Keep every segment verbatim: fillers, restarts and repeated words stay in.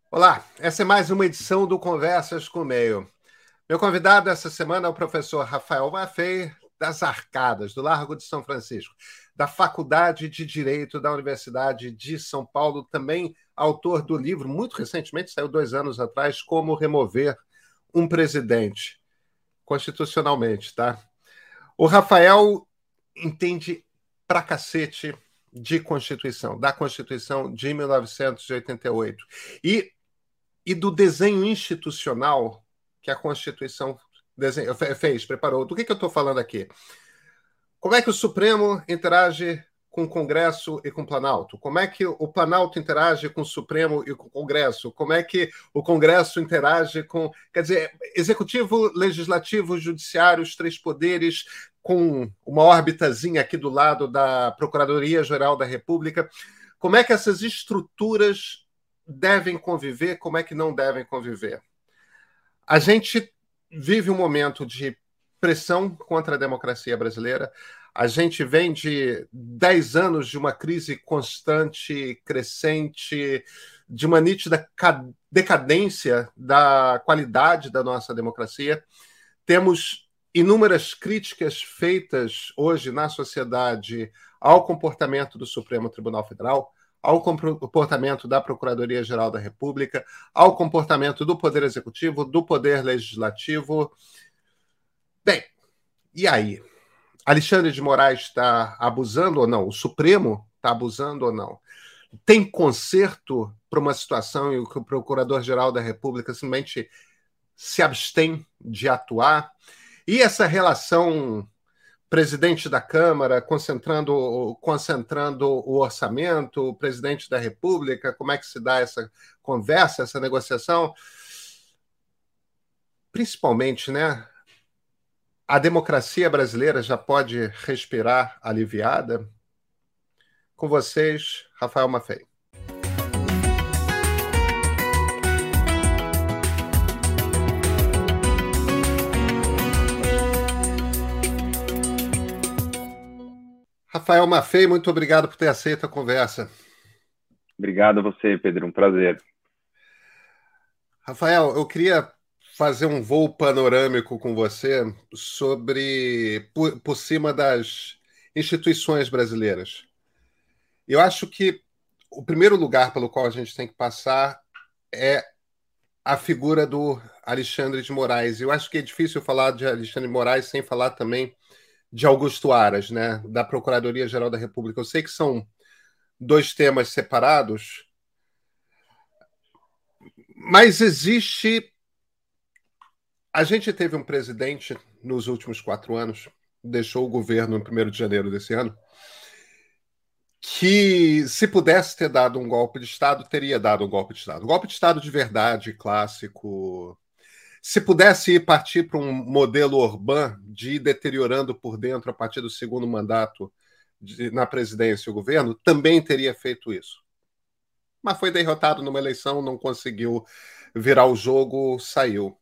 Olá, essa é mais uma edição do Conversas com o Meio. Meu convidado essa semana é o professor Rafael Maffei, das Arcadas, do Largo de São Francisco, da Faculdade de Direito da Universidade de São Paulo, também autor do livro, muito recentemente, saiu dois anos atrás, Como Remover um Presidente, constitucionalmente, tá? O Rafael entende pra cacete de Constituição, da Constituição de mil novecentos e oitenta e oito. E e do desenho institucional que a Constituição desenho, fez, preparou. Do que, que eu estou falando aqui? Como é que o Supremo interage com o Congresso e com o Planalto? Como é que o Planalto interage com o Supremo e com o Congresso? Como é que o Congresso interage com... Quer dizer, Executivo, Legislativo, Judiciário, os três poderes, com uma órbitazinha aqui do lado da Procuradoria-Geral da República. Como é que essas estruturas devem conviver, como é que não devem conviver? A gente vive um momento de pressão contra a democracia brasileira. A gente vem de dez anos de uma crise constante, crescente, de uma nítida decadência da qualidade da nossa democracia. Temos inúmeras críticas feitas hoje na sociedade ao comportamento do Supremo Tribunal Federal, ao comportamento da Procuradoria-Geral da República, ao comportamento do Poder Executivo, do Poder Legislativo. Bem, e aí? Alexandre de Moraes está abusando ou não? O Supremo está abusando ou não? Tem conserto para uma situação em que o Procurador-Geral da República simplesmente se abstém de atuar? E essa relação presidente da Câmara concentrando, concentrando o orçamento, o presidente da República, como é que se dá essa conversa, essa negociação? Principalmente, né? A democracia brasileira já pode respirar aliviada? Com vocês, Rafael Maffei. Rafael Maffei, muito obrigado por ter aceito a conversa. Obrigado a você, Pedro. Um prazer. Rafael, eu queria fazer um voo panorâmico com você sobre por, por cima das instituições brasileiras. Eu acho que o primeiro lugar pelo qual a gente tem que passar é a figura do Alexandre de Moraes. Eu acho que é difícil falar de Alexandre de Moraes sem falar também de Augusto Aras, né, da Procuradoria-Geral da República. Eu sei que são dois temas separados, mas existe... A gente teve um presidente nos últimos quatro anos, deixou o governo no primeiro de janeiro desse ano, que, se pudesse ter dado um golpe de Estado, teria dado um golpe de Estado. Um golpe de Estado de verdade, clássico. Se pudesse ir partir para um modelo Orbán de ir deteriorando por dentro a partir do segundo mandato de, na presidência e o governo, também teria feito isso. Mas foi derrotado numa eleição, não conseguiu virar o jogo, saiu.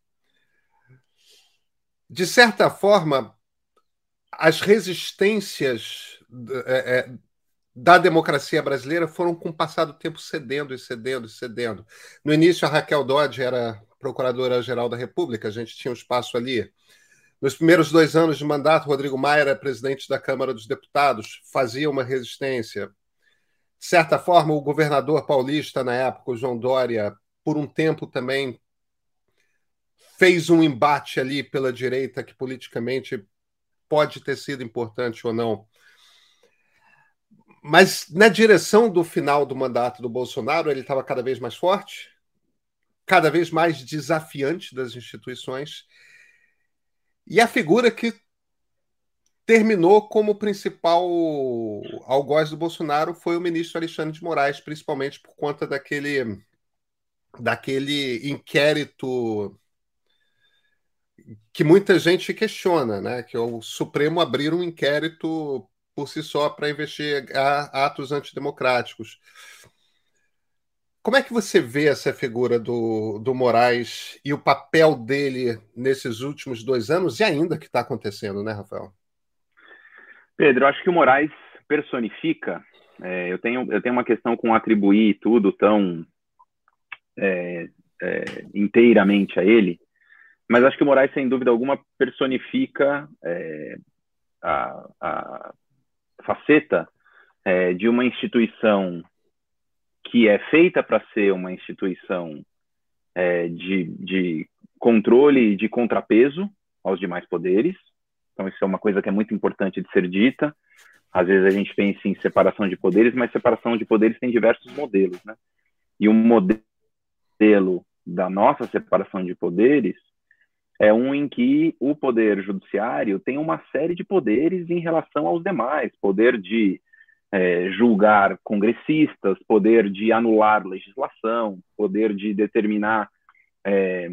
De certa forma, as resistências é, é, da democracia brasileira foram, com o passar do tempo, cedendo e cedendo e cedendo. No início, a Raquel Dodge era Procuradora-Geral da República, a gente tinha um espaço ali. Nos primeiros dois anos de mandato, Rodrigo Maia era presidente da Câmara dos Deputados, fazia uma resistência. De certa forma, o governador paulista, na época, o João Dória, por um tempo também fez um embate ali pela direita que politicamente pode ter sido importante ou não. Mas na direção do final do mandato do Bolsonaro, ele estava cada vez mais forte, cada vez mais desafiante das instituições, e a figura que terminou como principal algoz do Bolsonaro foi o ministro Alexandre de Moraes, principalmente por conta daquele, daquele inquérito que muita gente questiona, né? Que é o Supremo abrir um inquérito por si só para investigar atos antidemocráticos. Como é que você vê essa figura do, do Moraes e o papel dele nesses últimos dois anos e ainda que está acontecendo, né, Rafael? Pedro, eu acho que o Moraes personifica. É, eu, tenho, eu tenho uma questão com atribuir tudo tão é, é, inteiramente a ele, mas acho que o Moraes, sem dúvida alguma, personifica é, a, a faceta é, de uma instituição que é feita para ser uma instituição é, de, de controle e de contrapeso aos demais poderes. Então, isso é uma coisa que é muito importante de ser dita. Às vezes a gente pensa em separação de poderes, mas separação de poderes tem diversos modelos, né? E um modelo da nossa separação de poderes é um em que o poder judiciário tem uma série de poderes em relação aos demais. Poder de é, julgar congressistas, poder de anular legislação, poder de determinar é,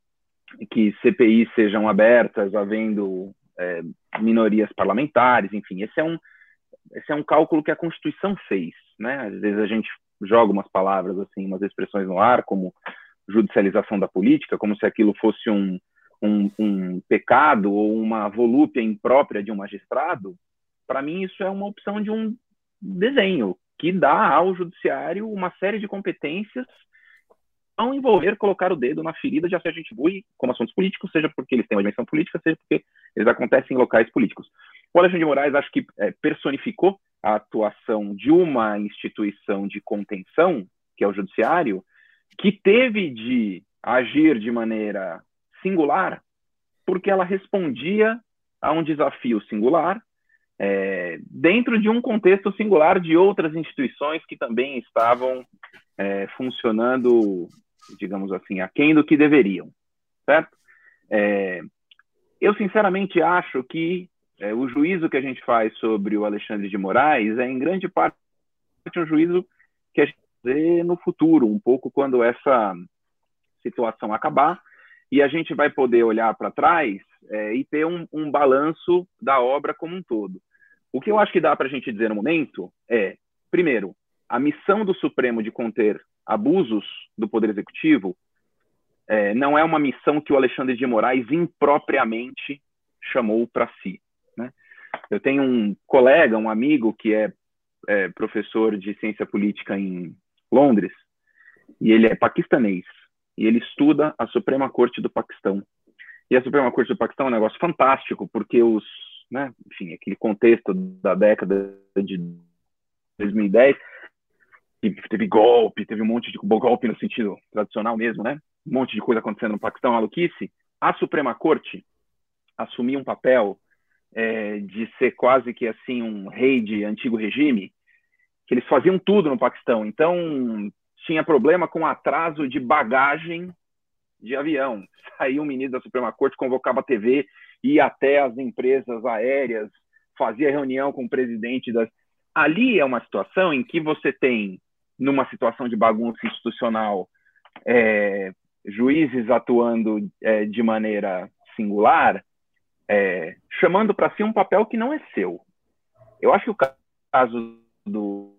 que C P Is sejam abertas, havendo é, minorias parlamentares, enfim. Esse é, um, esse é um cálculo que a Constituição fez, né? Às vezes a gente joga umas palavras, assim, umas expressões no ar, como judicialização da política, como se aquilo fosse um Um, um pecado ou uma volúpia imprópria de um magistrado. Para mim, isso é uma opção de um desenho que dá ao judiciário uma série de competências que vão envolver colocar o dedo na ferida de assuntos bui, como assuntos políticos, seja porque eles têm uma dimensão política, seja porque eles acontecem em locais políticos. O Alexandre de Moraes, acho que é, personificou a atuação de uma instituição de contenção, que é o judiciário, que teve de agir de maneira singular, porque ela respondia a um desafio singular é, dentro de um contexto singular de outras instituições que também estavam é, funcionando, digamos assim, aquém do que deveriam, certo? É, eu, sinceramente, acho que é, o juízo que a gente faz sobre o Alexandre de Moraes é, em grande parte, um juízo que a gente vai fazer no futuro, um pouco quando essa situação acabar, e a gente vai poder olhar para trás é, e ter um, um balanço da obra como um todo. O que eu acho que dá para a gente dizer no momento é, primeiro, a missão do Supremo de conter abusos do Poder Executivo é, não é uma missão que o Alexandre de Moraes impropriamente chamou para si, né? Eu tenho um colega, um amigo, que é, é professor de ciência política em Londres, e ele é paquistanês. E ele estuda a Suprema Corte do Paquistão. E a Suprema Corte do Paquistão é um negócio fantástico, porque os, né, enfim, aquele contexto da década de dois mil e dez, teve golpe, teve um monte de golpe no sentido tradicional mesmo, né? Um monte de coisa acontecendo no Paquistão, maluquice. A Suprema Corte assumia um papel é, de ser quase que assim um rei de antigo regime, que eles faziam tudo no Paquistão. Então, tinha problema com atraso de bagagem de avião. Aí o ministro da Suprema Corte convocava a T V, ia até as empresas aéreas, fazia reunião com o presidente das... Ali é uma situação em que você tem, numa situação de bagunça institucional, é, juízes atuando é, de maneira singular, é, chamando para si um papel que não é seu. Eu acho que o caso do...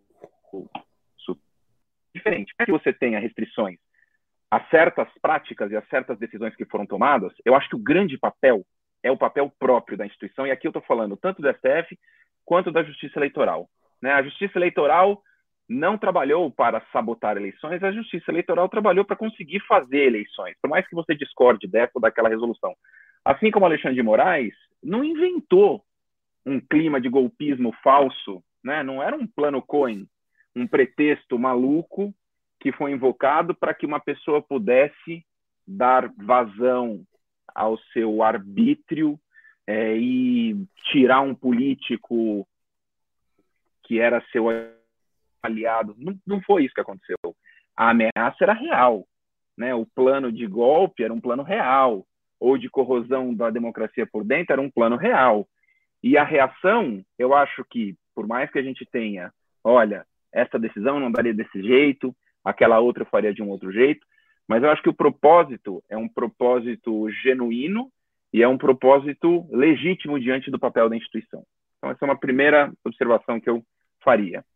diferente. É que você tenha restrições a certas práticas e a certas decisões que foram tomadas, eu acho que o grande papel é o papel próprio da instituição, e aqui eu estou falando tanto do S T F quanto da Justiça Eleitoral, né? A Justiça Eleitoral não trabalhou para sabotar eleições, a Justiça Eleitoral trabalhou para conseguir fazer eleições, por mais que você discorde dessa ou daquela resolução. Assim como Alexandre de Moraes não inventou um clima de golpismo falso, né? Não era um plano Cohen, um pretexto maluco que foi invocado para que uma pessoa pudesse dar vazão ao seu arbítrio é, e tirar um político que era seu aliado. Não, não foi isso que aconteceu. A ameaça era real, né? O plano de golpe era um plano real, ou de corrosão da democracia por dentro era um plano real. E a reação, eu acho que, por mais que a gente tenha, olha, essa decisão não daria desse jeito, aquela outra faria de um outro jeito, mas eu acho que o propósito é um propósito genuíno e é um propósito legítimo diante do papel da instituição. Então, essa é uma primeira observação que eu faria.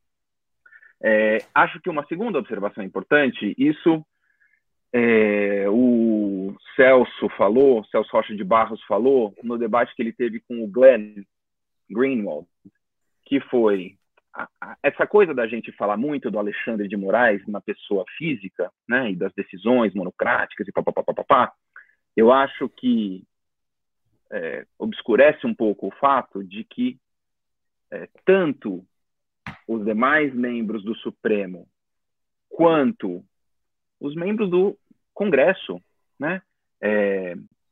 É, acho que uma segunda observação importante, isso é, o Celso falou, Celso Rocha de Barros falou, no debate que ele teve com o Glenn Greenwald, que foi a, a, essa coisa da gente falar muito do Alexandre de Moraes na pessoa física, né, e das decisões monocráticas e papapá, eu acho que é, obscurece um pouco o fato de que é, tanto os demais membros do Supremo quanto os membros do Congresso, né, é,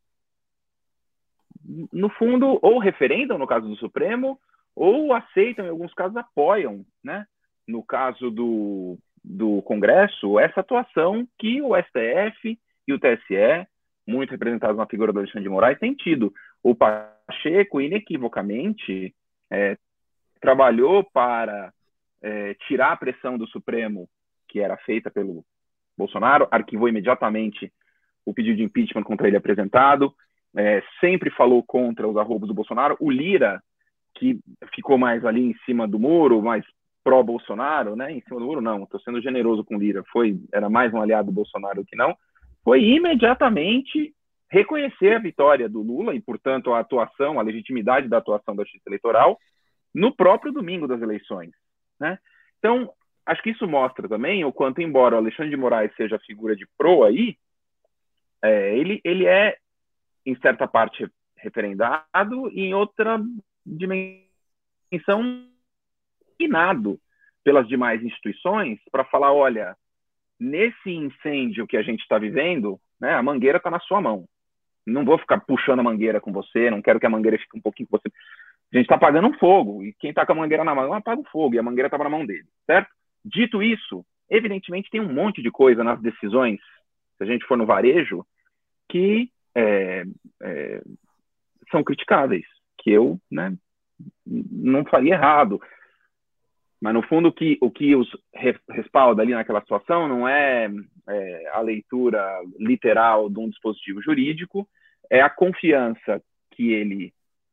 no fundo, ou referendam no caso do Supremo, ou aceitam, em alguns casos apoiam, né? No caso do, do Congresso, essa atuação que o S T F e o T S E, muito representados na figura do Alexandre de Moraes, têm tido. O Pacheco, inequivocamente, é, trabalhou para é, tirar a pressão do Supremo, que era feita pelo Bolsonaro, arquivou imediatamente o pedido de impeachment contra ele apresentado, é, sempre falou contra os arroubos do Bolsonaro. O Lira, que ficou mais ali em cima do muro, mais pró-Bolsonaro, né? Em cima do muro, não, estou sendo generoso com o Lira, foi, era mais um aliado do Bolsonaro que não, foi imediatamente reconhecer a vitória do Lula e, portanto, a atuação, a legitimidade da atuação da Justiça Eleitoral no próprio domingo das eleições, né? Então, acho que isso mostra também o quanto, embora o Alexandre de Moraes seja a figura de pro aí, é, ele, ele é, em certa parte, referendado e em outra dimensão minado pelas demais instituições para falar, olha, nesse incêndio que a gente está vivendo, né, a mangueira está na sua mão. Não vou ficar puxando a mangueira com você, não quero que a mangueira fique um pouquinho com você. A gente está apagando um fogo, e quem está com a mangueira na mão apaga o fogo, e a mangueira estava na mão dele, certo? Dito isso, evidentemente tem um monte de coisa nas decisões, se a gente for no varejo, que é, é, são criticáveis, que eu, né, não faria errado. Mas, no fundo, o que, o que os respalda ali naquela situação não é, é a leitura literal de um dispositivo jurídico, é a confiança que ele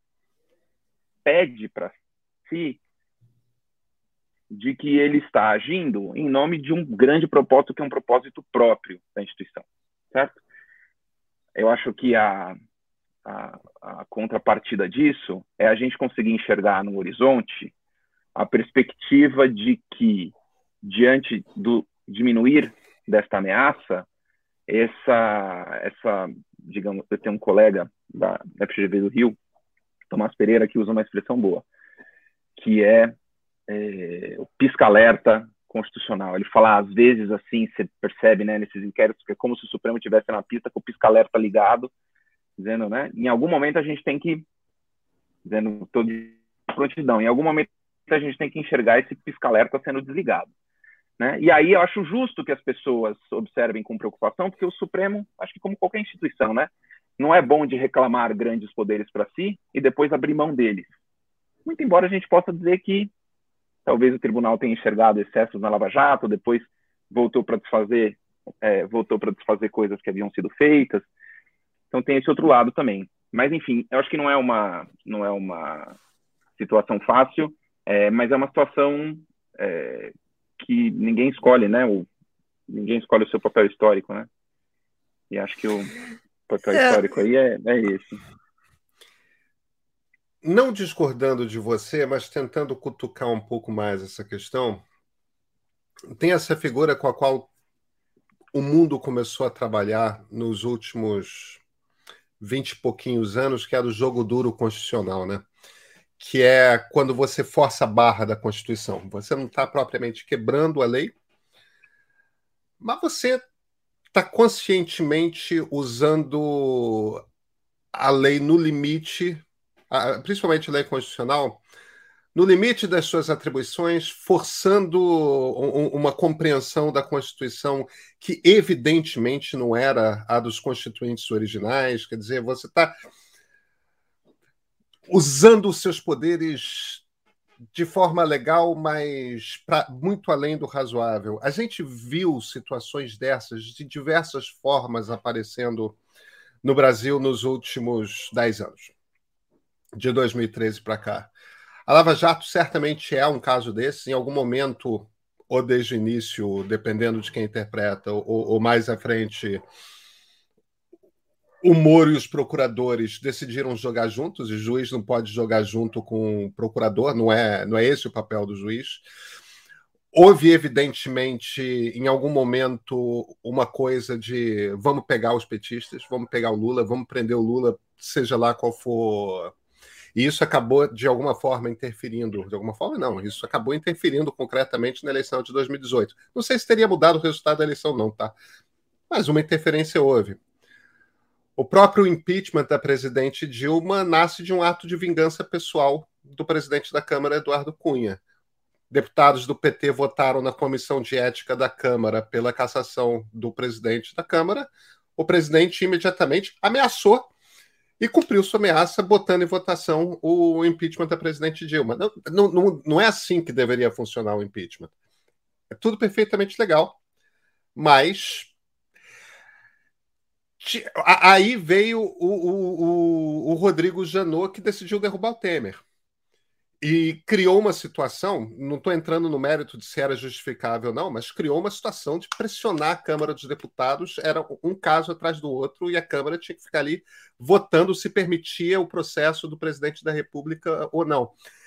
pede para si de que ele está agindo em nome de um grande propósito, que é um propósito próprio da instituição, certo? Eu acho que a, a, a contrapartida disso é a gente conseguir enxergar no horizonte a perspectiva de que, diante do diminuir desta ameaça, essa, essa digamos, eu tenho um colega da F G V do Rio, Tomás Pereira, que usa uma expressão boa, que é, é o pisca-alerta constitucional. Ele fala, às vezes, assim, você percebe, né, nesses inquéritos, que é como se o Supremo estivesse na pista com o pisca-alerta ligado, dizendo, né, em algum momento a gente tem que, dizendo, tô de prontidão, em algum momento a gente tem que enxergar esse pisca-alerta sendo desligado, né? E aí eu acho justo que as pessoas observem com preocupação, porque o Supremo, acho que como qualquer instituição, né, não é bom de reclamar grandes poderes para si e depois abrir mão deles. Muito embora a gente possa dizer que talvez o tribunal tenha enxergado excessos na Lava Jato, depois voltou para desfazer, é, voltou para desfazer coisas que haviam sido feitas. Então tem esse outro lado também. Mas enfim, eu acho que não é uma, não é uma situação fácil, é, mas é uma situação é, que ninguém escolhe, né? O, ninguém escolhe o seu papel histórico, né? E acho que o papel é. histórico aí é, é esse. Não discordando de você, mas tentando cutucar um pouco mais essa questão, tem essa figura com a qual o mundo começou a trabalhar nos últimos vinte e pouquinhos anos, que é do jogo duro constitucional, né? Que é quando você força a barra da Constituição. Você não está propriamente quebrando a lei, mas você está conscientemente usando a lei no limite, principalmente a lei constitucional, no limite das suas atribuições, forçando uma compreensão da Constituição que evidentemente não era a dos constituintes originais. Quer dizer, você está usando os seus poderes de forma legal, mas pra, muito além do razoável. A gente viu situações dessas de diversas formas aparecendo no Brasil nos últimos dez anos, de dois mil e treze para cá. A Lava Jato certamente é um caso desse, em algum momento, ou desde o início, dependendo de quem interpreta, ou, ou mais à frente, o Moro e os procuradores decidiram jogar juntos, e o juiz não pode jogar junto com o procurador, não é, não é esse o papel do juiz. Houve, evidentemente, em algum momento, uma coisa de vamos pegar os petistas, vamos pegar o Lula, vamos prender o Lula, seja lá qual for. E isso acabou, de alguma forma, interferindo. De alguma forma, não. Isso acabou interferindo concretamente na eleição de dois mil e dezoito. Não sei se teria mudado o resultado da eleição, não, tá? Mas uma interferência houve. O próprio impeachment da presidente Dilma nasce de um ato de vingança pessoal do presidente da Câmara, Eduardo Cunha. Deputados do P T votaram na comissão de ética da Câmara pela cassação do presidente da Câmara. O presidente imediatamente ameaçou e cumpriu sua ameaça, botando em votação o impeachment da presidente Dilma. Não, não, não é assim que deveria funcionar o impeachment. É tudo perfeitamente legal, mas aí veio o, o, o, o Rodrigo Janot, que decidiu derrubar o Temer. E criou uma situação, não estou entrando no mérito de se era justificável ou não, mas criou uma situação de pressionar a Câmara dos Deputados, era um caso atrás do outro, e a Câmara tinha que ficar ali votando se permitia o processo do presidente da República ou não.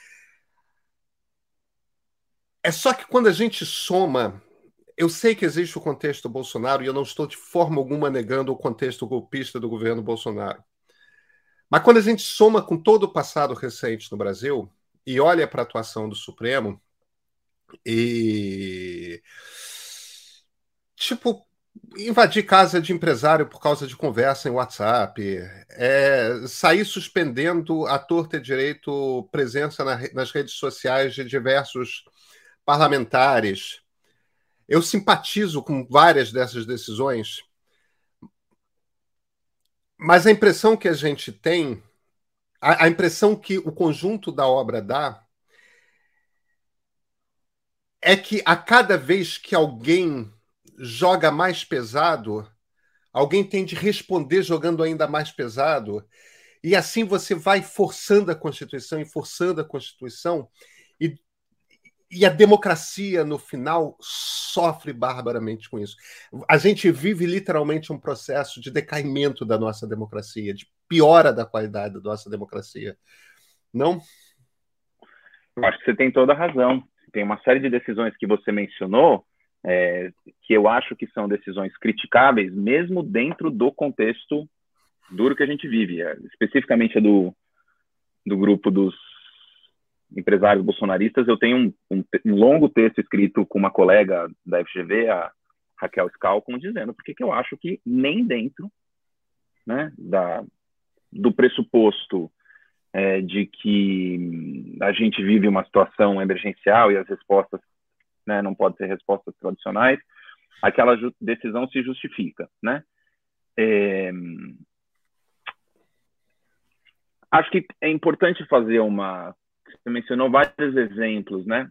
É só que quando a gente soma, eu sei que existe o contexto Bolsonaro, e eu não estou de forma alguma negando o contexto golpista do governo Bolsonaro. Mas quando a gente soma com todo o passado recente no Brasil, e olha para a atuação do Supremo, e tipo, invadir casa de empresário por causa de conversa em WhatsApp, é, sair suspendendo à torta e direito presença na, nas redes sociais de diversos parlamentares. Eu simpatizo com várias dessas decisões, mas a impressão que a gente tem, a, a impressão que o conjunto da obra dá, é que a cada vez que alguém joga mais pesado, alguém tem de responder jogando ainda mais pesado, e assim você vai forçando a Constituição e forçando a Constituição, e, e a democracia, no final, sofre barbaramente com isso. A gente vive literalmente um processo de decaimento da nossa democracia, de piora da qualidade da nossa democracia. Não? Eu acho que você tem toda a razão. Tem uma série de decisões que você mencionou, é, que eu acho que são decisões criticáveis, mesmo dentro do contexto duro que a gente vive, é, especificamente a do, do grupo dos empresários bolsonaristas. Eu tenho um, um, um longo texto escrito com uma colega da F G V, a Raquel Scalcon, dizendo porque que eu acho que nem dentro, né, da, do pressuposto é, de que a gente vive uma situação emergencial e as respostas, né, não podem ser respostas tradicionais, aquela decisão se justifica, né? É... Acho que é importante fazer uma... Você mencionou vários exemplos, né?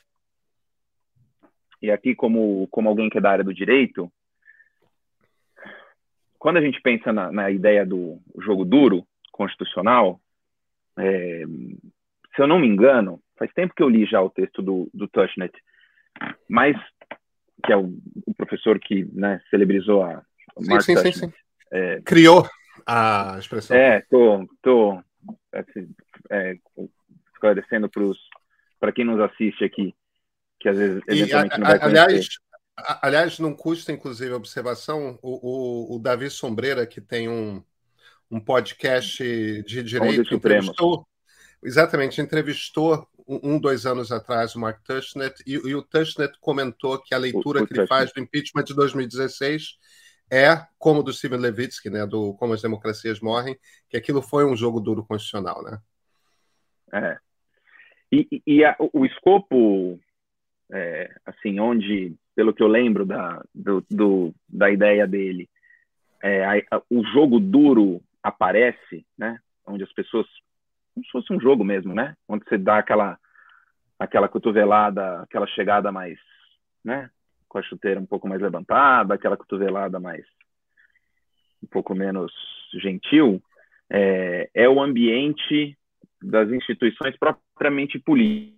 E aqui, como, como alguém que é da área do direito, quando a gente pensa na, na ideia do jogo duro constitucional, é, se eu não me engano, faz tempo que eu li já o texto do, do Tushnet, mas que é o, o professor que, né, celebrizou a sim, sim, Tushnet. sim, sim. É, criou a expressão. É, tô, tô é, esclarecendo para quem nos assiste aqui, que às vezes eventualmente e, não vai conhecer. Aliás, aliás, não custa, inclusive, a observação, o, o, o Davi Sombreira, que tem um, um podcast de direito, entrevistou, exatamente, entrevistou um, dois anos atrás o Mark Tushnet, e, e o Tushnet comentou que a leitura o, o que ele faz do impeachment de dois mil e dezesseis é como do Steven Levitsky, né, do Como as Democracias Morrem, que aquilo foi um jogo duro constitucional, né? É. E, e a, o escopo, é, assim, onde, pelo que eu lembro da, do, do, da ideia dele, é, a, a, o jogo duro aparece, né, onde as pessoas, como se fosse um jogo mesmo, né, onde você dá aquela, aquela cotovelada, aquela chegada mais, né, com a chuteira um pouco mais levantada, aquela cotovelada mais, um pouco menos gentil, é, é o ambiente das instituições propriamente políticas.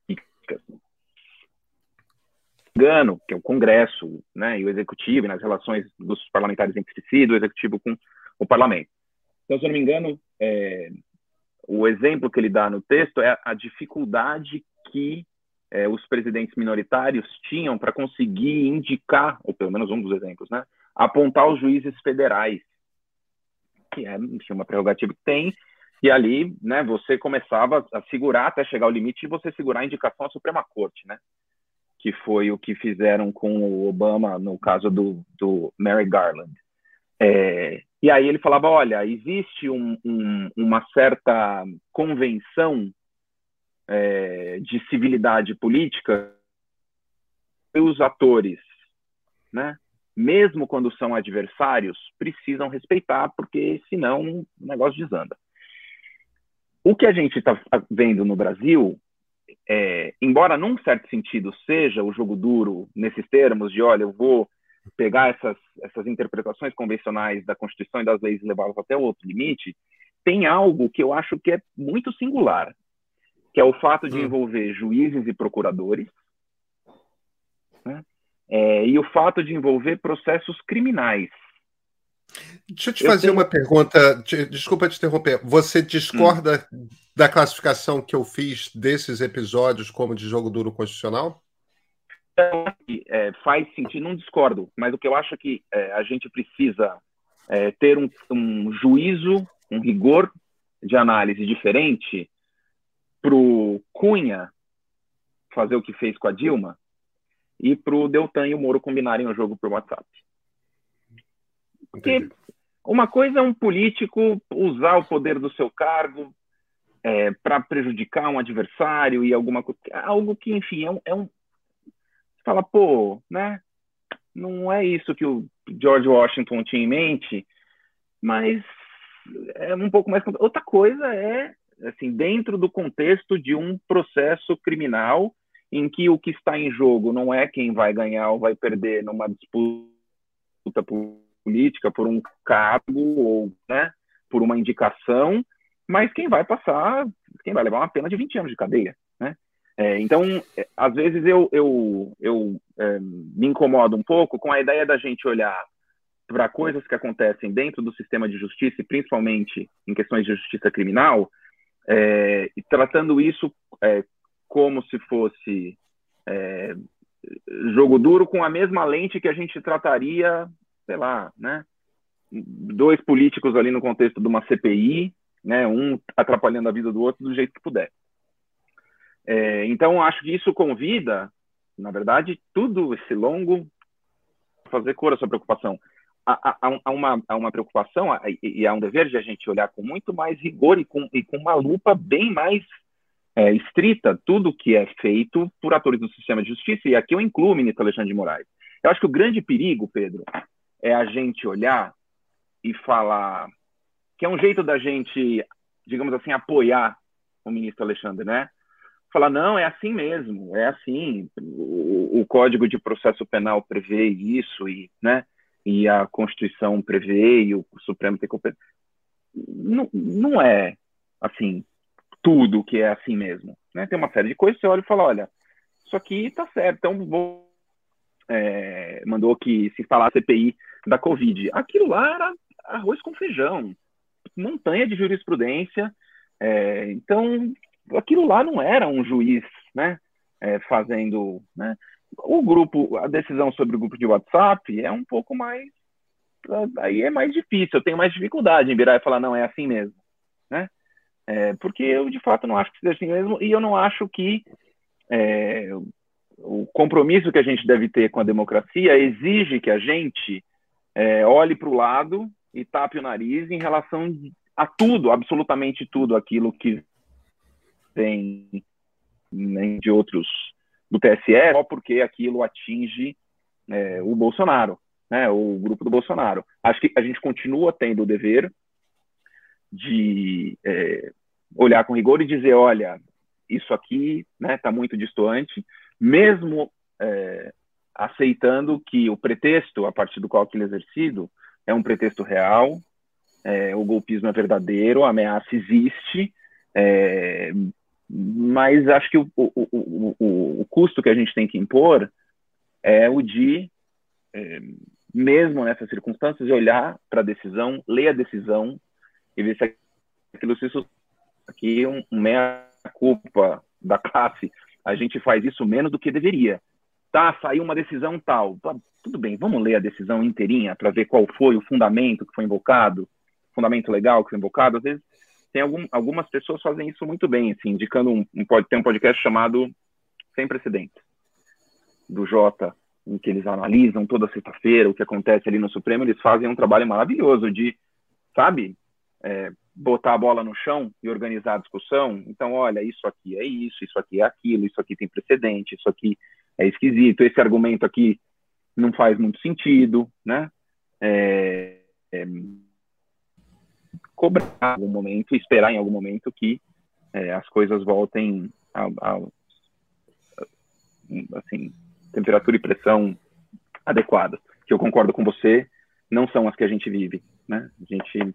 Engano, que é o Congresso, né, e o Executivo, e nas relações dos parlamentares entre si, do Executivo com o parlamento. Então, se eu não me engano, é, o exemplo que ele dá no texto é a dificuldade que é, os presidentes minoritários tinham para conseguir indicar, ou pelo menos um dos exemplos, né, apontar os juízes federais, que é enfim, uma prerrogativa que tem, e ali, né, você começava a segurar até chegar ao limite e você segurar a indicação à Suprema Corte, né, que foi o que fizeram com o Obama no caso do, do Merrick Garland. É, e aí ele falava, olha, existe um, um, uma certa convenção é, de civilidade política e os atores, né, mesmo quando são adversários, precisam respeitar, porque senão o negócio desanda. O que a gente está vendo no Brasil, é, embora num certo sentido seja o jogo duro nesses termos de, olha, eu vou pegar essas, essas interpretações convencionais da Constituição e das leis e levá-las até o outro limite, tem algo que eu acho que é muito singular, que é o fato de envolver juízes e procuradores, né? É, e o fato de envolver processos criminais. Deixa eu te eu fazer tenho... uma pergunta, desculpa te interromper. Você discorda hum. da classificação que eu fiz desses episódios como de jogo duro constitucional? É, faz sentido, não discordo, mas o que eu acho é que é, a gente precisa é, ter um, um juízo, um rigor de análise diferente para o Cunha fazer o que fez com a Dilma e para o Deltan e o Moro combinarem o jogo por WhatsApp. Porque Entendi. Uma coisa é um político usar o poder do seu cargo é, para prejudicar um adversário e alguma coisa, algo que, enfim, é um, é um fala, pô, né? Não é isso que o George Washington tinha em mente, mas é um pouco mais... Outra coisa é, assim, dentro do contexto de um processo criminal em que o que está em jogo não é quem vai ganhar ou vai perder numa disputa política por um cargo ou, né, por uma indicação, mas quem vai passar, quem vai levar uma pena de vinte anos de cadeia, né? É, então, é, às vezes eu, eu, eu é, me incomodo um pouco com a ideia da gente olhar para coisas que acontecem dentro do sistema de justiça, e principalmente em questões de justiça criminal, é, e tratando isso é, como se fosse é, jogo duro, com a mesma lente que a gente trataria, sei lá, né, dois políticos ali no contexto de uma C P I, né, um atrapalhando a vida do outro do jeito que puder. É, então, acho que isso convida, na verdade, tudo esse longo a fazer cor a sua preocupação. Há, há, há, uma, há uma preocupação e há um dever de a gente olhar com muito mais rigor e com, e com uma lupa bem mais é, estrita tudo que é feito por atores do sistema de justiça, e aqui eu incluo o ministro Alexandre de Moraes. Eu acho que o grande perigo, Pedro, é a gente olhar e falar que é um jeito da gente, digamos assim, apoiar o ministro Alexandre, né? Falar, não, é assim mesmo, é assim, o, o Código de Processo Penal prevê isso, e, né, e a Constituição prevê, e o Supremo tem competência. Não, não é, assim, tudo que é assim mesmo, né? Tem uma série de coisas, você olha e fala, olha, isso aqui tá certo, então vou... É, mandou que se instalar a C P I da Covid. Aquilo lá era arroz com feijão, montanha de jurisprudência, é, então... aquilo lá não era um juiz, né, é, fazendo, né, o grupo, a decisão sobre o grupo de WhatsApp é um pouco mais, aí é mais difícil, eu tenho mais dificuldade em virar e falar, não, é assim mesmo, né, é, porque eu de fato não acho que seja assim mesmo, e eu não acho que é, o compromisso que a gente deve ter com a democracia exige que a gente é, olhe para o lado e tape o nariz em relação a tudo, absolutamente tudo aquilo que tem, né, de outros do T S E, só porque aquilo atinge é, o Bolsonaro, né, o grupo do Bolsonaro. Acho que a gente continua tendo o dever de é, olhar com rigor e dizer, olha, isso aqui está, né, muito distante, mesmo é, aceitando que o pretexto a partir do qual aquilo é exercido é um pretexto real, é, o golpismo é verdadeiro, a ameaça existe, é, mas acho que o, o, o, o, o custo que a gente tem que impor é o de é, mesmo nessas circunstâncias, de olhar para a decisão, ler a decisão e ver se aquilo se sustenta. Aqui um, um meia-culpa da classe, a gente faz isso menos do que deveria. Tá, saiu uma decisão tal. Tá, tudo bem, vamos ler a decisão inteirinha para ver qual foi o fundamento que foi invocado, fundamento legal que foi invocado. Às vezes, tem algum, algumas pessoas fazem isso muito bem, assim, indicando um, um, tem um podcast chamado Sem Precedentes, do Jota, em que eles analisam toda sexta-feira o que acontece ali no Supremo. Eles fazem um trabalho maravilhoso de, sabe, é, botar a bola no chão e organizar a discussão. Então, olha, isso aqui é isso, isso aqui é aquilo, isso aqui tem precedente, isso aqui é esquisito, esse argumento aqui não faz muito sentido, né? É, é, cobrar em algum momento, esperar em algum momento que é, as coisas voltem a, a, a assim, temperatura e pressão adequadas, que eu concordo com você, não são as que a gente vive, né? A gente...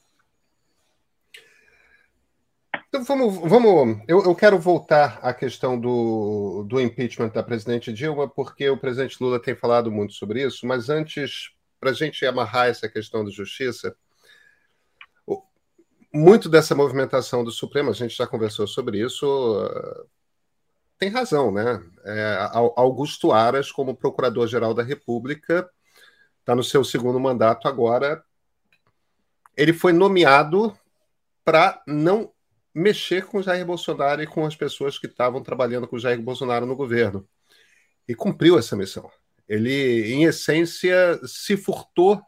Então vamos, vamos eu, eu quero voltar à questão do, do impeachment da presidente Dilma, porque o presidente Lula tem falado muito sobre isso, mas antes, para a gente amarrar essa questão da justiça, muito dessa movimentação do Supremo, a gente já conversou sobre isso, tem razão, né? É, Augusto Aras, como Procurador-Geral da República, está no seu segundo mandato agora. Ele foi nomeado para não mexer com Jair Bolsonaro e com as pessoas que estavam trabalhando com Jair Bolsonaro no governo. E cumpriu essa missão. Ele, em essência, se furtou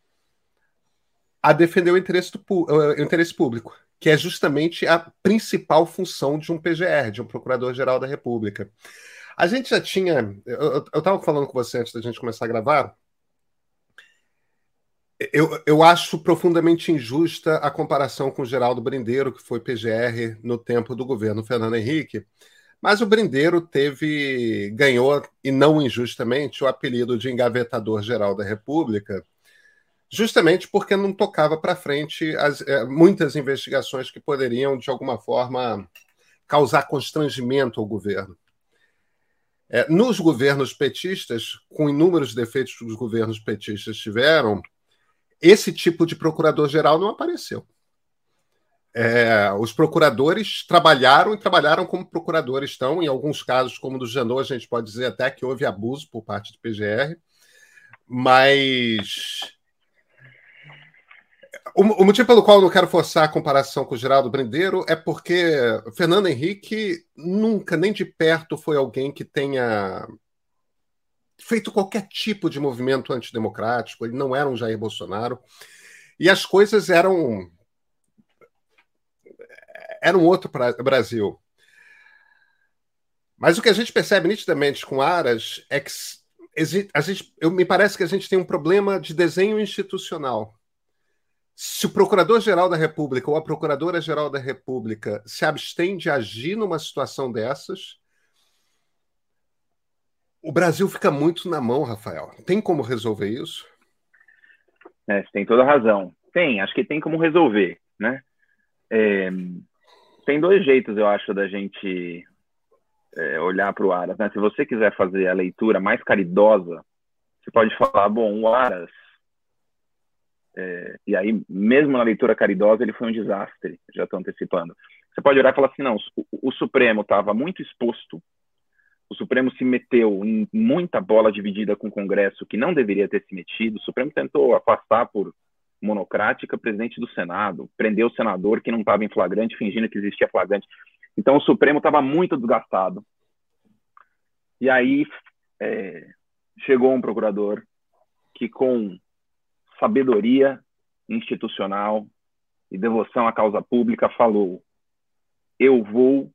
a defender o interesse, do, o interesse público, que é justamente a principal função de um P G R, de um Procurador-Geral da República. A gente já tinha... Eu estava falando com você antes da gente começar a gravar. Eu, eu acho profundamente injusta a comparação com o Geraldo Brindeiro, que foi P G R no tempo do governo Fernando Henrique, mas o Brindeiro teve, ganhou, e não injustamente, o apelido de engavetador-geral da República, justamente porque não tocava para frente as, é, muitas investigações que poderiam, de alguma forma, causar constrangimento ao governo. É, nos governos petistas, com inúmeros defeitos que os governos petistas tiveram, esse tipo de procurador-geral não apareceu. É, os procuradores trabalharam e trabalharam como procuradores estão, em alguns casos, como do Janot, a gente pode dizer até que houve abuso por parte do P G R, mas o, o motivo pelo qual eu não quero forçar a comparação com o Geraldo Brindeiro é porque Fernando Henrique nunca, nem de perto, foi alguém que tenha feito qualquer tipo de movimento antidemocrático. Ele não era um Jair Bolsonaro, e as coisas eram era um outro Brasil. Mas o que a gente percebe nitidamente com Aras é que a gente, eu, me parece que a gente tem um problema de desenho institucional. Se o Procurador-Geral da República ou a Procuradora-Geral da República se abstém de agir numa situação dessas, o Brasil fica muito na mão, Rafael. Tem como resolver isso? É, você tem toda a razão. Tem, acho que tem como resolver, né? É, tem dois jeitos, eu acho, da gente é, olhar para o Aras, né? Se você quiser fazer a leitura mais caridosa, você pode falar, bom, o Aras, é, e aí, mesmo na leitura caridosa, ele foi um desastre, já estou antecipando. Você pode olhar e falar assim, não, o, o Supremo estava muito exposto, o Supremo se meteu em muita bola dividida com o Congresso que não deveria ter se metido, o Supremo tentou afastar por monocrática presidente do Senado, prendeu o senador que não estava em flagrante, fingindo que existia flagrante. Então o Supremo estava muito desgastado. E aí é, chegou um procurador que, com sabedoria institucional e devoção à causa pública, falou: eu vou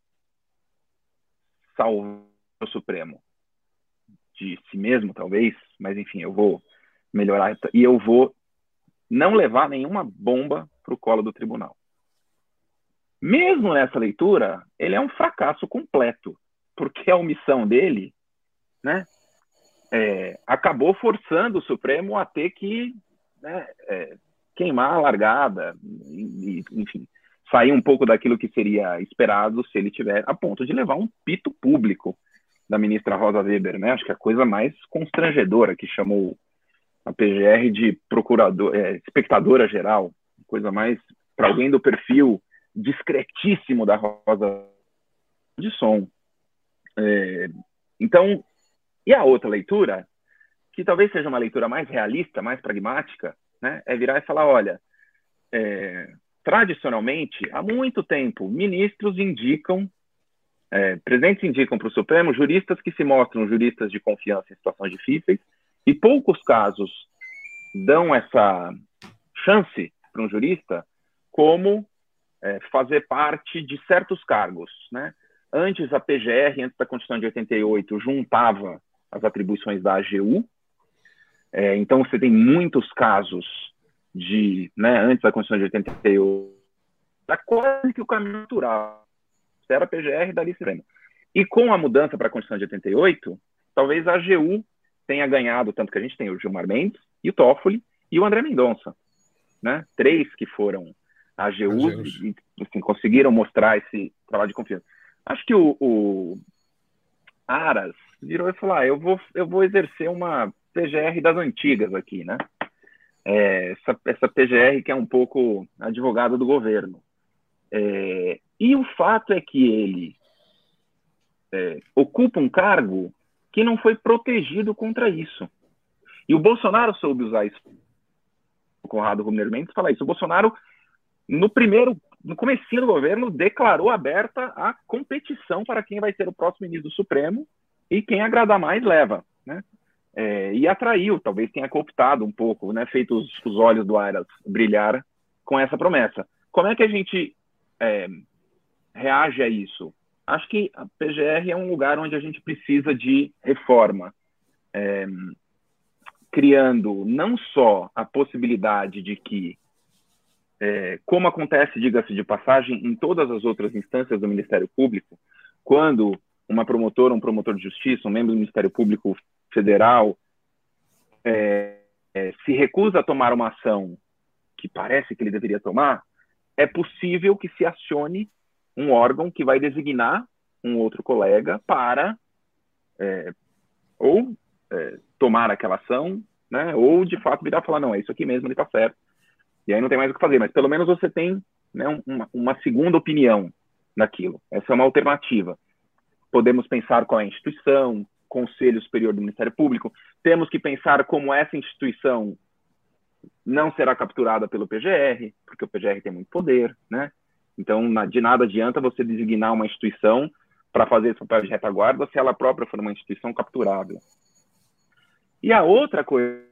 salvar o Supremo de si mesmo, talvez, mas enfim, eu vou melhorar e eu vou não levar nenhuma bomba para o colo do tribunal. Mesmo nessa leitura, ele é um fracasso completo, porque a omissão dele, né, é, acabou forçando o Supremo a ter que, né, é, queimar a largada, e, enfim, sair um pouco daquilo que seria esperado se ele tiver a ponto de levar um pito público da ministra Rosa Weber, né? Acho que a coisa mais constrangedora que chamou a P G R de procurador, é, espectadora geral, coisa mais para alguém do perfil discretíssimo da Rosa de Som. É, então, e a outra leitura, que talvez seja uma leitura mais realista, mais pragmática, né, é virar e falar, olha, é, tradicionalmente, há muito tempo, ministros indicam, é, presidentes indicam para o Supremo juristas que se mostram juristas de confiança em situações difíceis, e poucos casos dão essa chance para um jurista como é, fazer parte de certos cargos, né? Antes, a P G R, antes da Constituição de oitenta e oito, juntava as atribuições da A G U. É, então, você tem muitos casos de, né, antes da Constituição de oitenta e oito, era quase que o caminho natural. Você era P G R, dali Supremo. E com a mudança para a Constituição de oitenta e oito, talvez a A G U tenha ganhado, tanto que a gente tem o Gilmar Mendes, e o Toffoli, e o André Mendonça, né? Três que foram A G Us e assim, conseguiram mostrar esse trabalho de confiança. Acho que o, o Aras virou e falou, ah, eu vou, eu vou exercer uma P G R das antigas aqui, né? É, essa, essa P G R que é um pouco advogado do governo. É, e o fato é que ele é, ocupa um cargo que não foi protegido contra isso. E o Bolsonaro soube usar isso. O Conrado Rumner Mendes fala isso. O Bolsonaro, no primeiro, no comecinho do governo, declarou aberta a competição para quem vai ser o próximo ministro do Supremo e quem agradar mais leva, né? É, e atraiu, talvez tenha cooptado um pouco, né? Feito os, os olhos do Aras brilhar com essa promessa. Como é que a gente é, reage a isso? Acho que a P G R é um lugar onde a gente precisa de reforma, é, criando não só a possibilidade de que, é, como acontece, diga-se de passagem, em todas as outras instâncias do Ministério Público, quando uma promotora, um promotor de justiça, um membro do Ministério Público Federal é, é, se recusa a tomar uma ação que parece que ele deveria tomar, é possível que se acione um órgão que vai designar um outro colega para é, ou é, tomar aquela ação, né, ou de fato virar e falar, não, é isso aqui mesmo, ele está certo. E aí não tem mais o que fazer, mas pelo menos você tem, né, uma, uma segunda opinião naquilo. Essa é uma alternativa. Podemos pensar qual é a instituição, Conselho Superior do Ministério Público. Temos que pensar como essa instituição não será capturada pelo P G R, porque o P G R tem muito poder, né? Então, de nada adianta você designar uma instituição para fazer esse papel de retaguarda se ela própria for uma instituição capturável. E a outra coisa,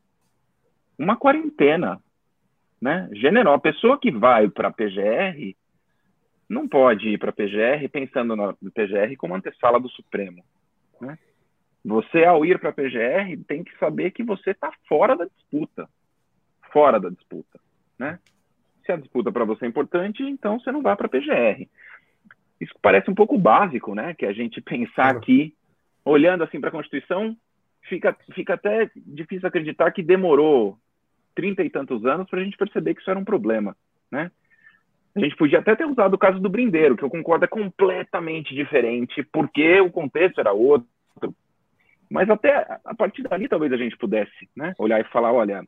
uma quarentena, né? General, a pessoa que vai para a P G R não pode ir para a P G R pensando na P G R como antessala do Supremo, né? Você, ao ir para a P G R, tem que saber que você está fora da disputa. Fora da disputa, né? Se a disputa para você é importante, então você não vai para a P G R. Isso parece um pouco básico, né? Que a gente pensar aqui, olhando assim para a Constituição, fica, fica até difícil acreditar que demorou trinta e tantos anos para a gente perceber que isso era um problema, né? A gente podia até ter usado o caso do Brindeiro, que eu concordo é completamente diferente, porque o contexto era outro. Mas até a partir dali talvez a gente pudesse, né, olhar e falar, olha,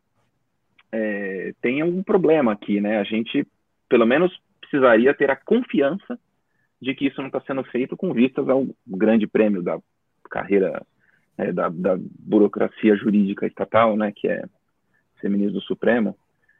é, tem algum problema aqui, né? A gente, pelo menos, precisaria ter a confiança de que isso não está sendo feito com vistas ao grande prêmio da carreira, é, da, da burocracia jurídica estatal, né, que é ser ministro do Supremo.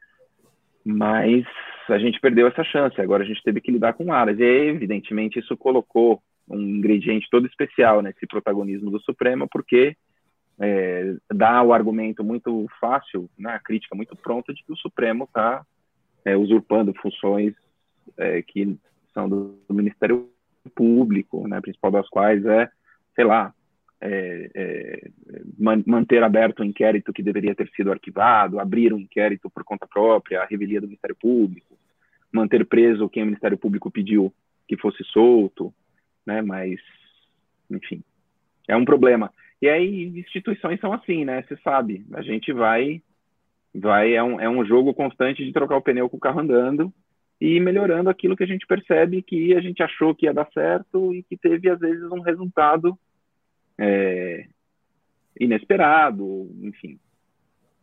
Mas a gente perdeu essa chance, agora a gente teve que lidar com Aras. E, evidentemente, isso colocou um ingrediente todo especial nesse protagonismo do Supremo, porque é, dá o argumento muito fácil, né, a crítica muito pronta de que o Supremo está é, usurpando funções é, que são do, do Ministério Público, né, a principal das quais é, sei lá, é, é, man, manter aberto um inquérito que deveria ter sido arquivado, abrir um inquérito por conta própria, a revelia do Ministério Público, manter preso quem o Ministério Público pediu que fosse solto, né, mas, enfim, é um problema. E aí, instituições são assim, né, você sabe, a gente vai, vai é, um, é um jogo constante de trocar o pneu com o carro andando e ir melhorando aquilo que a gente percebe que a gente achou que ia dar certo e que teve, às vezes, um resultado é, inesperado, enfim.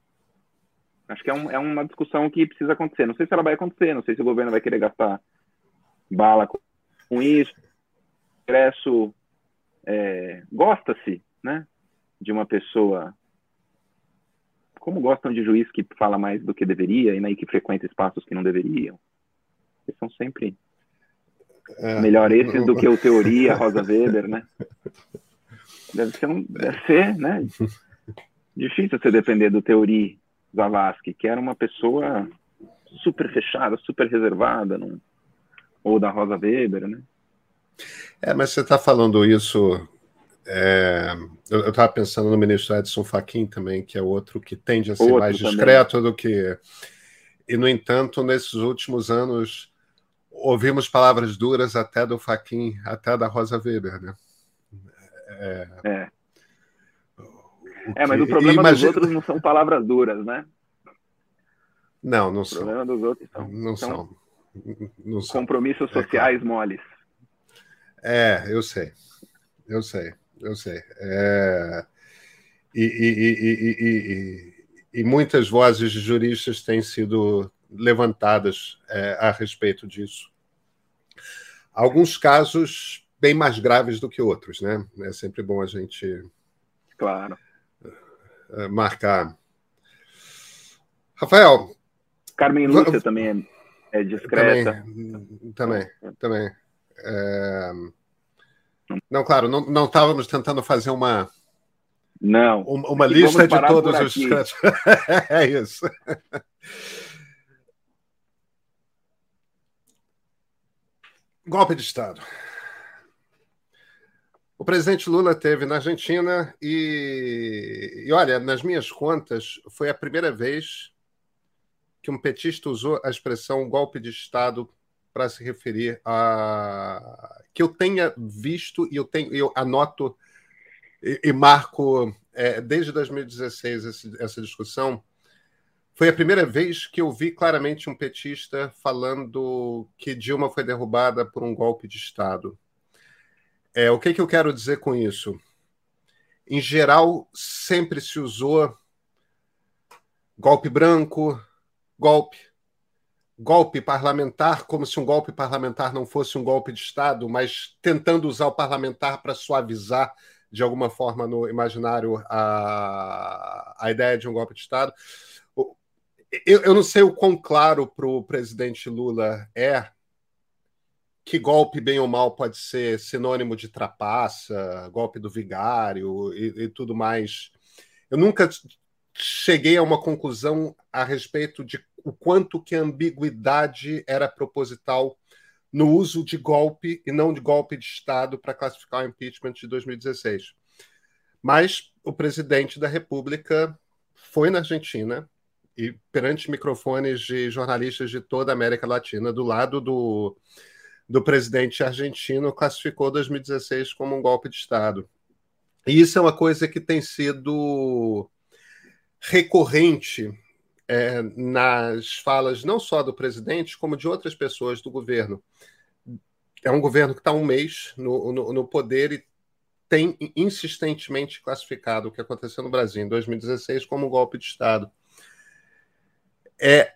Acho que é, um, é uma discussão que precisa acontecer. Não sei se ela vai acontecer, não sei se o governo vai querer gastar bala com, com isso. O Congresso é, gosta-se, né, de uma pessoa, como gostam de juiz que fala mais do que deveria e né, que frequenta espaços que não deveriam. Eles são sempre é, melhor esses não... do que o Teoria, Rosa Weber, né? Deve ser, um, deve ser, né? Difícil você depender do Teoria Zavascki, que era uma pessoa super fechada, super reservada, não... ou da Rosa Weber, né? É, mas você está falando isso... É... eu estava pensando no ministro Edson Fachin também, que é outro que tende a ser outro mais discreto também. do que... E, no entanto, nesses últimos anos, ouvimos palavras duras até do Fachin, até da Rosa Weber, né? É... é. É, mas o problema Imagina... dos outros não são palavras duras, né? Não, não o são. O problema dos outros são, não são, são. Não são. Compromissos sociais é claro. moles. É, eu sei. Eu sei. Eu sei. É... E, e, e, e, e, e muitas vozes de juristas têm sido levantadas é, a respeito disso. Alguns casos bem mais graves do que outros, né? É sempre bom a gente... Claro. marcar. Rafael. Carmen Lúcia também é, é discreta. Também, também. também. É... Não, claro, não, não estávamos tentando fazer uma. Não. Uma, uma lista de todos os discretos. É isso. Golpe de Estado. O presidente Lula esteve na Argentina e, e, olha, nas minhas contas, foi a primeira vez que um petista usou a expressão golpe de Estado para se referir a... que eu tenha visto e eu, tenho, eu anoto e, e marco é, desde dois mil e dezesseis esse, essa discussão. Foi a primeira vez que eu vi claramente um petista falando que Dilma foi derrubada por um golpe de Estado. É, o que, que eu quero dizer com isso? Em geral, sempre se usou golpe branco, golpe, golpe parlamentar, como se um golpe parlamentar não fosse um golpe de Estado, mas tentando usar o parlamentar para suavizar, de alguma forma, no imaginário, a, a ideia de um golpe de Estado. Eu, eu não sei o quão claro para o presidente Lula é que golpe, bem ou mal, pode ser sinônimo de trapaça, golpe do vigário e, e tudo mais. Eu nunca cheguei a uma conclusão a respeito de o quanto que a ambiguidade era proposital no uso de golpe e não de golpe de Estado para classificar o impeachment de dois mil e dezesseis. Mas o presidente da República foi na Argentina e, perante microfones de jornalistas de toda a América Latina, do lado do, do presidente argentino, classificou dois mil e dezesseis como um golpe de Estado. E isso é uma coisa que tem sido recorrente é, nas falas não só do presidente, como de outras pessoas do governo. É um governo que está um mês no, no, no poder e tem insistentemente classificado o que aconteceu no Brasil em dois mil e dezesseis como um golpe de Estado. É,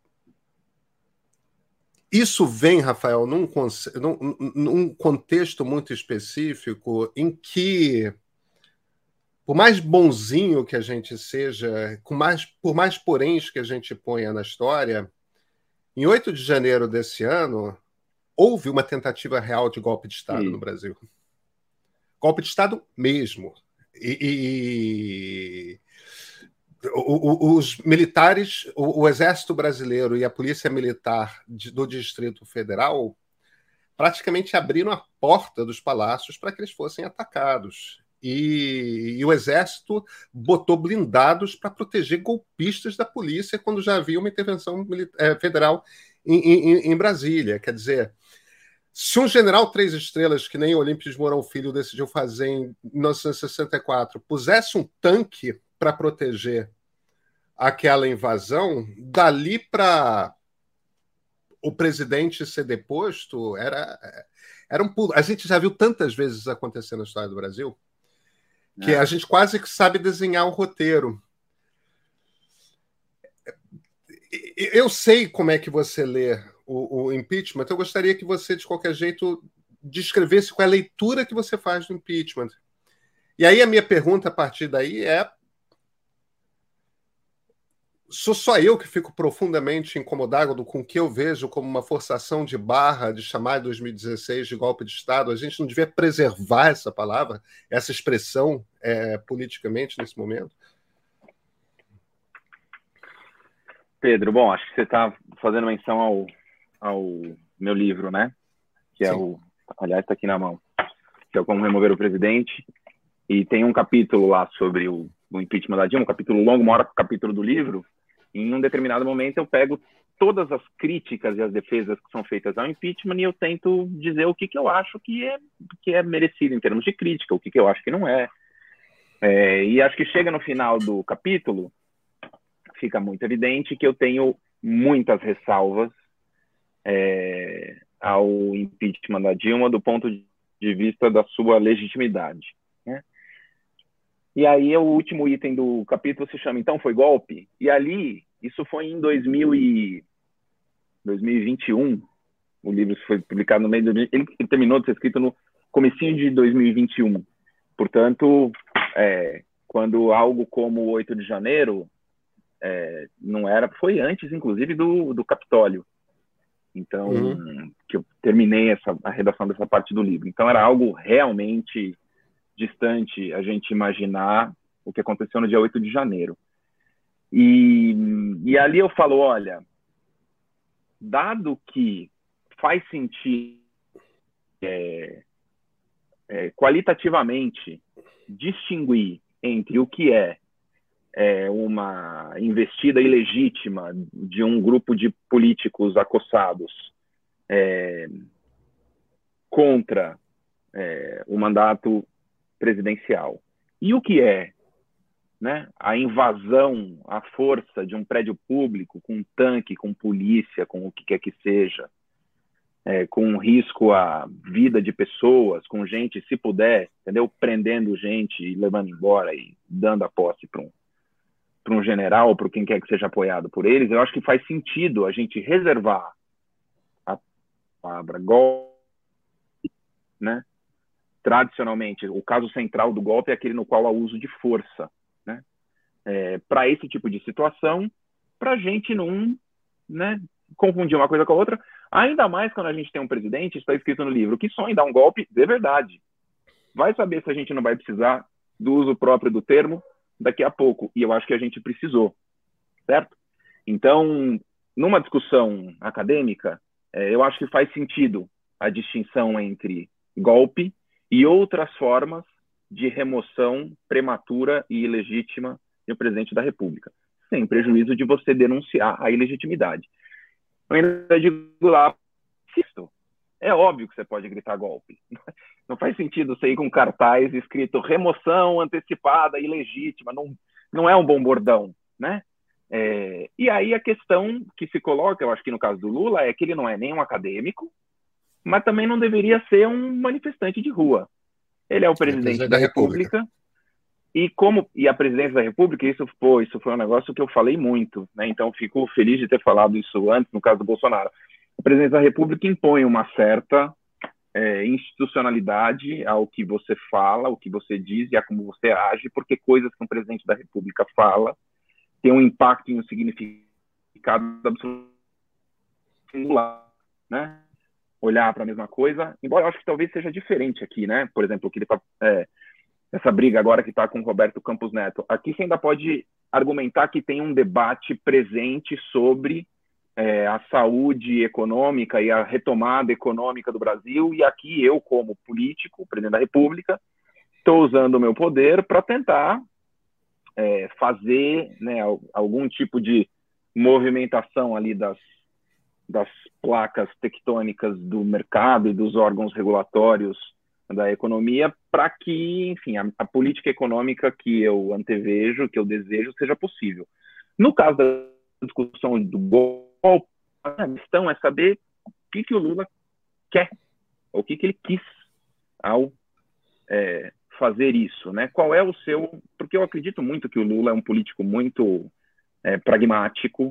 isso vem, Rafael, num, num, num contexto muito específico em que, por mais bonzinho que a gente seja, com mais, por mais poréns que a gente ponha na história, em oito de janeiro desse ano, houve uma tentativa real de golpe de Estado Sim. no Brasil. Golpe de Estado mesmo. E, e o, o, os militares, o, o Exército Brasileiro e a Polícia Militar de, do Distrito Federal praticamente abriram a porta dos palácios para que eles fossem atacados. E, e o Exército botou blindados para proteger golpistas da polícia quando já havia uma intervenção é, federal em, em, em Brasília. Quer dizer, se um general três estrelas, que nem Olímpio de Mourão Filho decidiu fazer em mil novecentos e sessenta e quatro, pusesse um tanque para proteger aquela invasão, dali para o presidente ser deposto, era, era um pulo. A gente já viu tantas vezes isso acontecer na história do Brasil que é. a gente quase que sabe desenhar o roteiro. eu sei como é que você lê o, o impeachment, eu gostaria que você, de qualquer jeito, descrevesse qual é a leitura que você faz do impeachment. E aí a minha pergunta a partir daí é: sou só eu que fico profundamente incomodado com o que eu vejo como uma forçação de barra de chamar dois mil e dezesseis de golpe de Estado? A gente não devia preservar essa palavra, essa expressão é, politicamente nesse momento? Pedro, bom, acho que você está fazendo menção ao, ao meu livro, né? Que é Sim. o, aliás, está aqui na mão, que é o Como Remover o Presidente, e tem um capítulo lá sobre o, o impeachment da Dilma, um capítulo longo, uma hora por capítulo do livro. E em um determinado momento eu pego todas as críticas e as defesas que são feitas ao impeachment e eu tento dizer o que, que eu acho que é, que é merecido em termos de crítica, o que, que eu acho que não é. é. E acho que chega no final do capítulo, fica muito evidente que eu tenho muitas ressalvas é, ao impeachment da Dilma do ponto de vista da sua legitimidade, né? E aí o último item do capítulo se chama Então Foi Golpe? E ali, isso foi em dois mil e vinte e um, o livro foi publicado no meio do... Ele terminou de ser escrito no comecinho de dois mil e vinte e um. Portanto, é, quando algo como o oito de janeiro, é, não era... Foi antes, inclusive, do, do Capitólio. Então, uhum. que eu terminei essa, a redação dessa parte do livro. Então, era algo realmente distante a gente imaginar o que aconteceu no dia oito de janeiro. E, e ali eu falo, olha, dado que faz sentido é, é, qualitativamente distinguir entre o que é, é uma investida ilegítima de um grupo de políticos acossados é, contra é, o mandato presidencial. E o que é, né, a invasão à força de um prédio público com um tanque, com polícia, com o que quer que seja, é, com um risco à vida de pessoas, com gente, se puder, entendeu, prendendo gente e levando embora e dando a posse para um, para um general ou para quem quer que seja apoiado por eles. Eu acho que faz sentido a gente reservar a palavra golpe, né? Tradicionalmente, o caso central do golpe é aquele no qual há uso de força, né? É, para esse tipo de situação, para a gente não, né, confundir uma coisa com a outra, ainda mais quando a gente tem um presidente, está escrito no livro, que sonha em dar um golpe de verdade. Vai saber se a gente não vai precisar do uso próprio do termo daqui a pouco, e eu acho que a gente precisou, certo? Então, numa discussão acadêmica, é, eu acho que faz sentido a distinção entre golpe e outras formas de remoção prematura e ilegítima de um presidente da República, sem prejuízo de você denunciar a ilegitimidade. Eu ainda digo lá, é óbvio que você pode gritar golpe. Não faz sentido você ir com cartaz escrito remoção antecipada ilegítima, não, não é um bom bordão, né? É, e aí a questão que se coloca, eu acho que no caso do Lula, é que ele não é nem um acadêmico, mas também não deveria ser um manifestante de rua. Ele é o presidente, é presidente da, da República, República e como e a presidência da República, isso foi, isso foi um negócio que eu falei muito, né? Então fico feliz de ter falado isso antes, no caso do Bolsonaro. A presidência da República impõe uma certa é, institucionalidade ao que você fala, ao que você diz e a como você age, porque coisas que um presidente da República fala têm um impacto e um significado absolutamente singular, né? Olhar para a mesma coisa, embora eu acho que talvez seja diferente aqui, né? Por exemplo, que ele tá, é, essa briga agora que está com o Roberto Campos Neto. Aqui você ainda pode argumentar que tem um debate presente sobre é, a saúde econômica e a retomada econômica do Brasil, e aqui eu, como político, presidente da República, estou usando o meu poder para tentar é, fazer, né, algum tipo de movimentação ali das das placas tectônicas do mercado e dos órgãos regulatórios da economia para que, enfim, a, a política econômica que eu antevejo, que eu desejo, seja possível. No caso da discussão do golpe, a questão é saber o que, que o Lula quer, o que, que ele quis ao é, fazer isso, né? Qual é o seu... Porque eu acredito muito que o Lula é um político muito é, pragmático,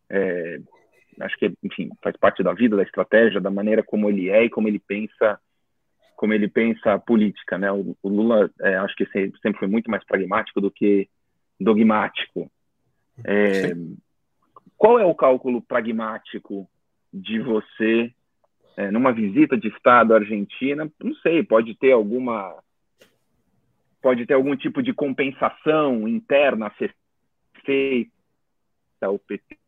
É, acho que, enfim, faz parte da vida, da estratégia, da maneira como ele é e como ele pensa, como ele pensa a política, né? O, o Lula, é, acho que sempre foi muito mais pragmático do que dogmático. É, qual é o cálculo pragmático de você, é, numa visita de Estado à Argentina? Não sei, pode ter alguma, pode ter algum tipo de compensação interna a ser feita, o P T,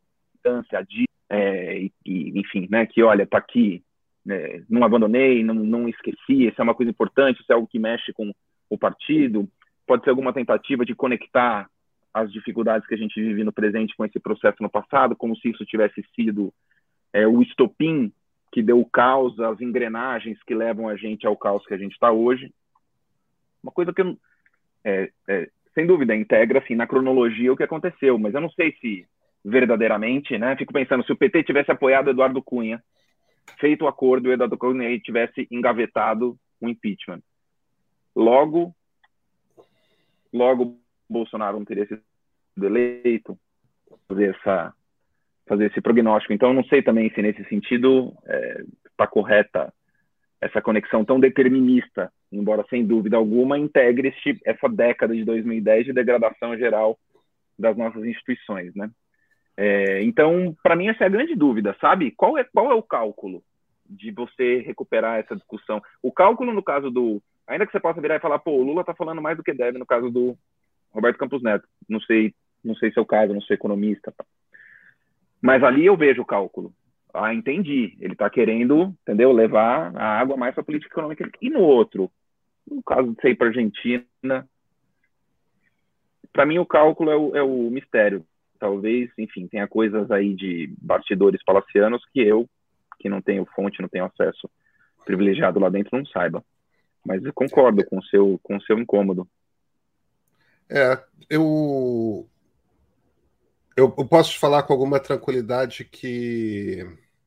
é, e, enfim, né, que olha, tá aqui, né, não abandonei, não, não esqueci, isso é uma coisa importante, isso é algo que mexe com o partido, pode ser alguma tentativa de conectar as dificuldades que a gente vive no presente com esse processo no passado, como se isso tivesse sido é, o estopim que deu o caos, as engrenagens que levam a gente ao caos que a gente está hoje. Uma coisa que, eu, é, é, sem dúvida, integra assim, na cronologia o que aconteceu, mas eu não sei se verdadeiramente, né? Fico pensando, se o P T tivesse apoiado Eduardo Cunha, feito o acordo e o Eduardo Cunha tivesse engavetado o impeachment, logo, logo Bolsonaro não teria sido eleito, fazer essa, fazer esse prognóstico. Então, eu não sei também se nesse sentido está é, correta essa conexão tão determinista, embora sem dúvida alguma integre este, essa década de dois mil e dez de degradação geral das nossas instituições, né? É, então, para mim, essa é a grande dúvida, sabe? Qual é, qual é o cálculo de você recuperar essa discussão? O cálculo, no caso do... Ainda que você possa virar e falar, pô, o Lula está falando mais do que deve, no caso do Roberto Campos Neto. Não sei, não sei se é o caso, não sou economista. Mas ali eu vejo o cálculo. Ah, entendi. Ele está querendo, entendeu, levar a água mais para a política econômica. E no outro, no caso de ser para a Argentina, para mim o cálculo é o, é o mistério. Talvez, enfim, tenha coisas aí de bastidores palacianos que eu, que não tenho fonte, não tenho acesso privilegiado lá dentro, não saiba. Mas eu concordo com o seu, com o seu incômodo. É, eu, eu, eu posso te falar com alguma tranquilidade que,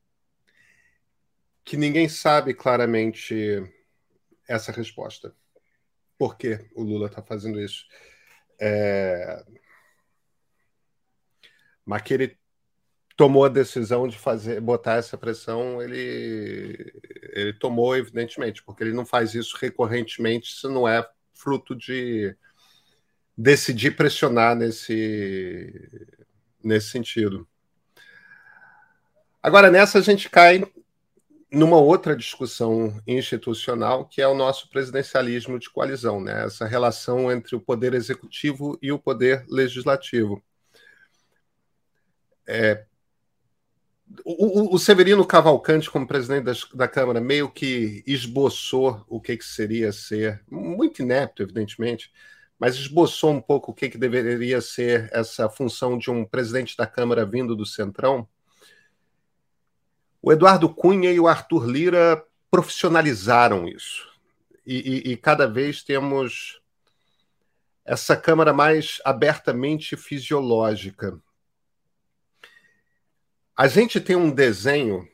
que ninguém sabe claramente essa resposta. Por que o Lula está fazendo isso? É, mas que ele tomou a decisão de fazer, botar essa pressão, ele, ele tomou, evidentemente, porque ele não faz isso recorrentemente se não é fruto de decidir pressionar nesse, nesse sentido. Agora, nessa a gente cai numa outra discussão institucional, que é o nosso presidencialismo de coalizão, né? Essa relação entre o poder executivo e o poder legislativo. É, o, o, o Severino Cavalcante, como presidente das, da Câmara, meio que esboçou o que, que seria ser, muito inepto, evidentemente, mas esboçou um pouco o que, que deveria ser essa função de um presidente da Câmara vindo do Centrão. O Eduardo Cunha e o Arthur Lira profissionalizaram isso. E, e, e cada vez temos essa Câmara mais abertamente fisiológica. A gente tem um desenho,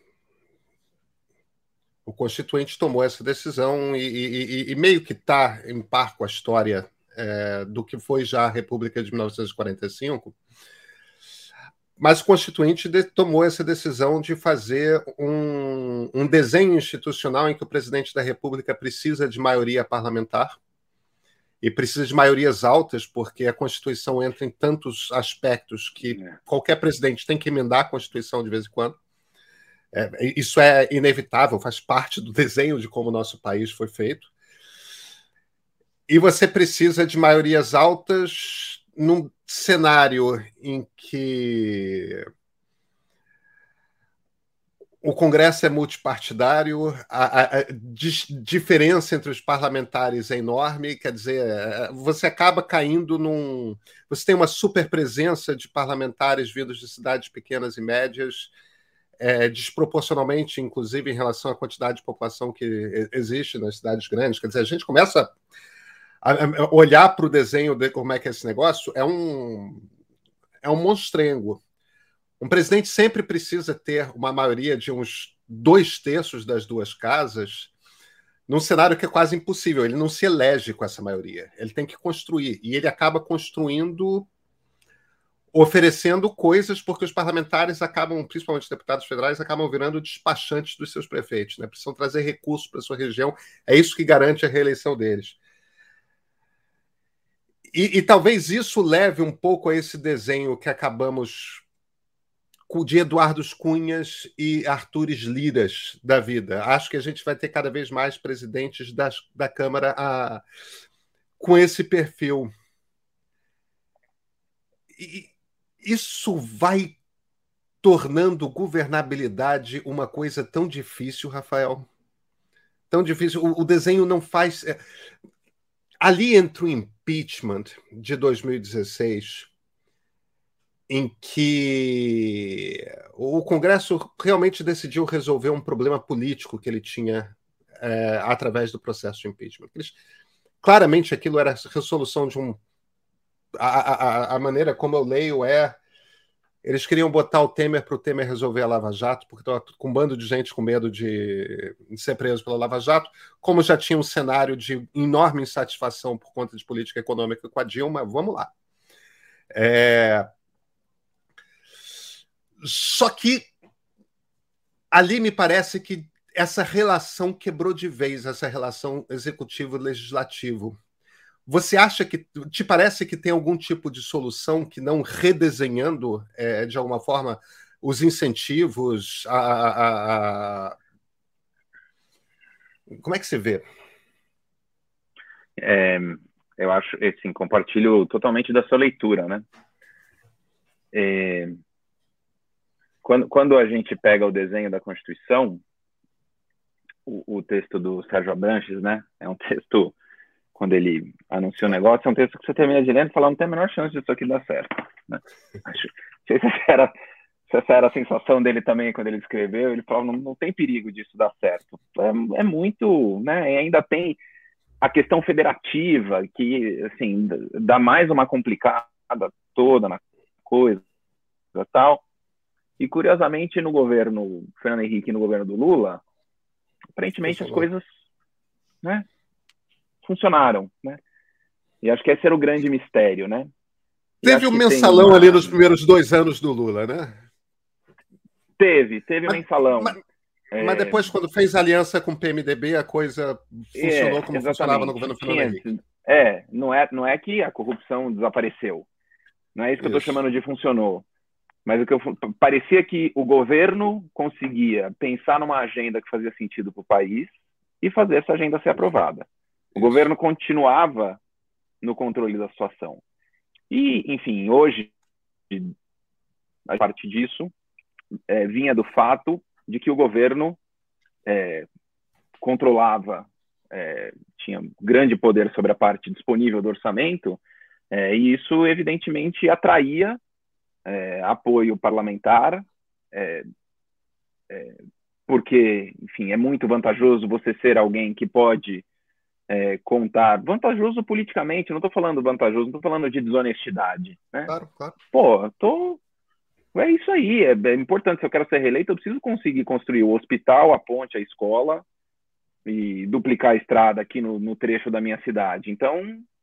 o Constituinte tomou essa decisão e, e, e meio que está em par com a história é, do que foi já a República de mil novecentos e quarenta e cinco, mas o Constituinte de, tomou essa decisão de fazer um, um desenho institucional em que o presidente da República precisa de maioria parlamentar e precisa de maiorias altas, porque a Constituição entra em tantos aspectos que qualquer presidente tem que emendar a Constituição de vez em quando. É, isso é inevitável, faz parte do desenho de como o nosso país foi feito. E você precisa de maiorias altas num cenário em que o Congresso é multipartidário, a, a, a diferença entre os parlamentares é enorme, quer dizer, você acaba caindo num... Você tem uma superpresença de parlamentares vindos de cidades pequenas e médias, é, desproporcionalmente, inclusive, em relação à quantidade de população que existe nas cidades grandes. Quer dizer, a gente começa a, a olhar para o desenho de como é que é esse negócio, é um, é um monstrengo. Um presidente sempre precisa ter uma maioria de uns dois terços das duas casas, num cenário que é quase impossível. Ele não se elege com essa maioria. Ele tem que construir. E ele acaba construindo oferecendo coisas, porque os parlamentares acabam, principalmente os deputados federais, acabam virando despachantes dos seus prefeitos, né? Precisam trazer recursos para a sua região, é isso que garante a reeleição deles. E, e talvez isso leve um pouco a esse desenho que acabamos de Eduardo Cunhas e Artures Liras da vida. Acho que a gente vai ter cada vez mais presidentes das, da Câmara a, com esse perfil. E isso vai tornando governabilidade uma coisa tão difícil, Rafael. Tão difícil. O, o desenho não faz... Ali entre o impeachment de dois mil e dezesseis, em que o Congresso realmente decidiu resolver um problema político que ele tinha é, através do processo de impeachment. Eles, claramente aquilo era a resolução de um... A, a, a maneira como eu leio é... Eles queriam botar o Temer para o Temer resolver a Lava Jato, porque estava com um bando de gente com medo de ser preso pela Lava Jato. Como já tinha um cenário de enorme insatisfação por conta de política econômica com a Dilma, vamos lá. É... Só que ali me parece que essa relação quebrou de vez, essa relação executivo-legislativo. Você acha que, te parece que tem algum tipo de solução que não redesenhando, é, de alguma forma, os incentivos, a, a, a... Como é que você vê? É, eu acho, assim, compartilho totalmente da sua leitura, né? É, quando, quando a gente pega o desenho da Constituição, o, o texto do Sérgio Abranches, né? É um texto... Quando ele anuncia o negócio, é um texto que você termina de ler e fala, não tem a menor chance disso aqui dar certo. Né? Acho, não sei se essa, era, se essa era a sensação dele também quando ele escreveu, ele falava, não, não tem perigo disso dar certo. É, é muito, né? E ainda tem a questão federativa, que, assim, dá mais uma complicada toda na coisa e tal. E, curiosamente, no governo Fernando Henrique e no governo do Lula, aparentemente as coisas, né, funcionaram, né? E acho que esse era o grande mistério, né? E teve um mensalão uma... ali nos primeiros dois anos do Lula, né? Teve, teve mas, mensalão. Mas, é... mas depois, quando fez aliança com o P M D B, a coisa funcionou é, como funcionava no governo Fernando Henrique. É, não é, não é que a corrupção desapareceu. Não é isso que isso. eu estou chamando de funcionou. Mas o que eu, parecia que o governo conseguia pensar numa agenda que fazia sentido para o país e fazer essa agenda ser aprovada. O governo continuava no controle da situação. E, enfim, hoje, a parte disso, é, vinha do fato de que o governo é, controlava, é, tinha grande poder sobre a parte disponível do orçamento, é, e isso, evidentemente, atraía é, apoio parlamentar, é, é, porque, enfim, é muito vantajoso você ser alguém que pode É, contar, vantajoso politicamente, não estou falando vantajoso, não estou falando de desonestidade, né? Claro, claro. Pô, tô... é isso aí, é, é importante, se eu quero ser reeleito, eu preciso conseguir construir o hospital, a ponte, a escola e duplicar a estrada aqui no, no trecho da minha cidade. Então,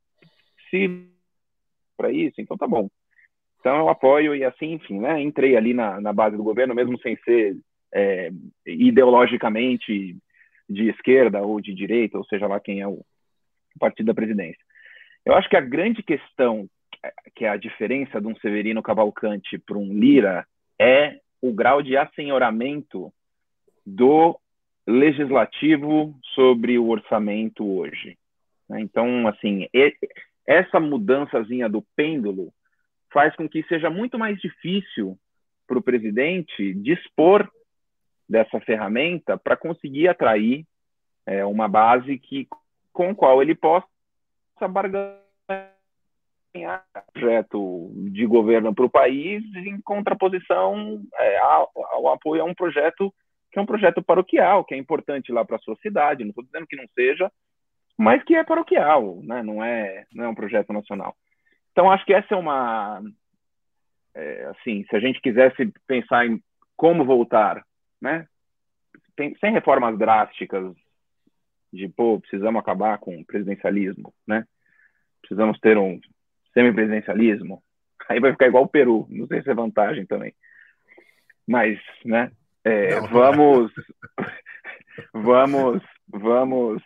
se para isso, então tá bom. Então eu apoio e assim, enfim, né? Entrei ali na, na base do governo, mesmo sem ser é, ideologicamente de esquerda ou de direita, ou seja lá quem é o partido da presidência. Eu acho que a grande questão, que é a diferença de um Severino Cavalcante para um Lira, é o grau de assenhoramento do legislativo sobre o orçamento hoje. Então, assim, essa mudançazinha do pêndulo faz com que seja muito mais difícil para o presidente dispor dessa ferramenta para conseguir atrair é, uma base que, com a qual ele possa barganhar projeto de governo para o país em contraposição é, ao, ao apoio a um projeto que é um projeto paroquial, que é importante lá para a sua cidade, não estou dizendo que não seja, mas que é paroquial, né? não, é, não é um projeto nacional. Então, acho que essa é uma... É, assim, se a gente quisesse pensar em como voltar, né? sem reformas drásticas de, pô, precisamos acabar com o presidencialismo, né? Precisamos ter um semipresidencialismo. Aí vai ficar igual o Peru, não sei se é vantagem também. Mas, né, é, Não, vamos, vamos, vamos,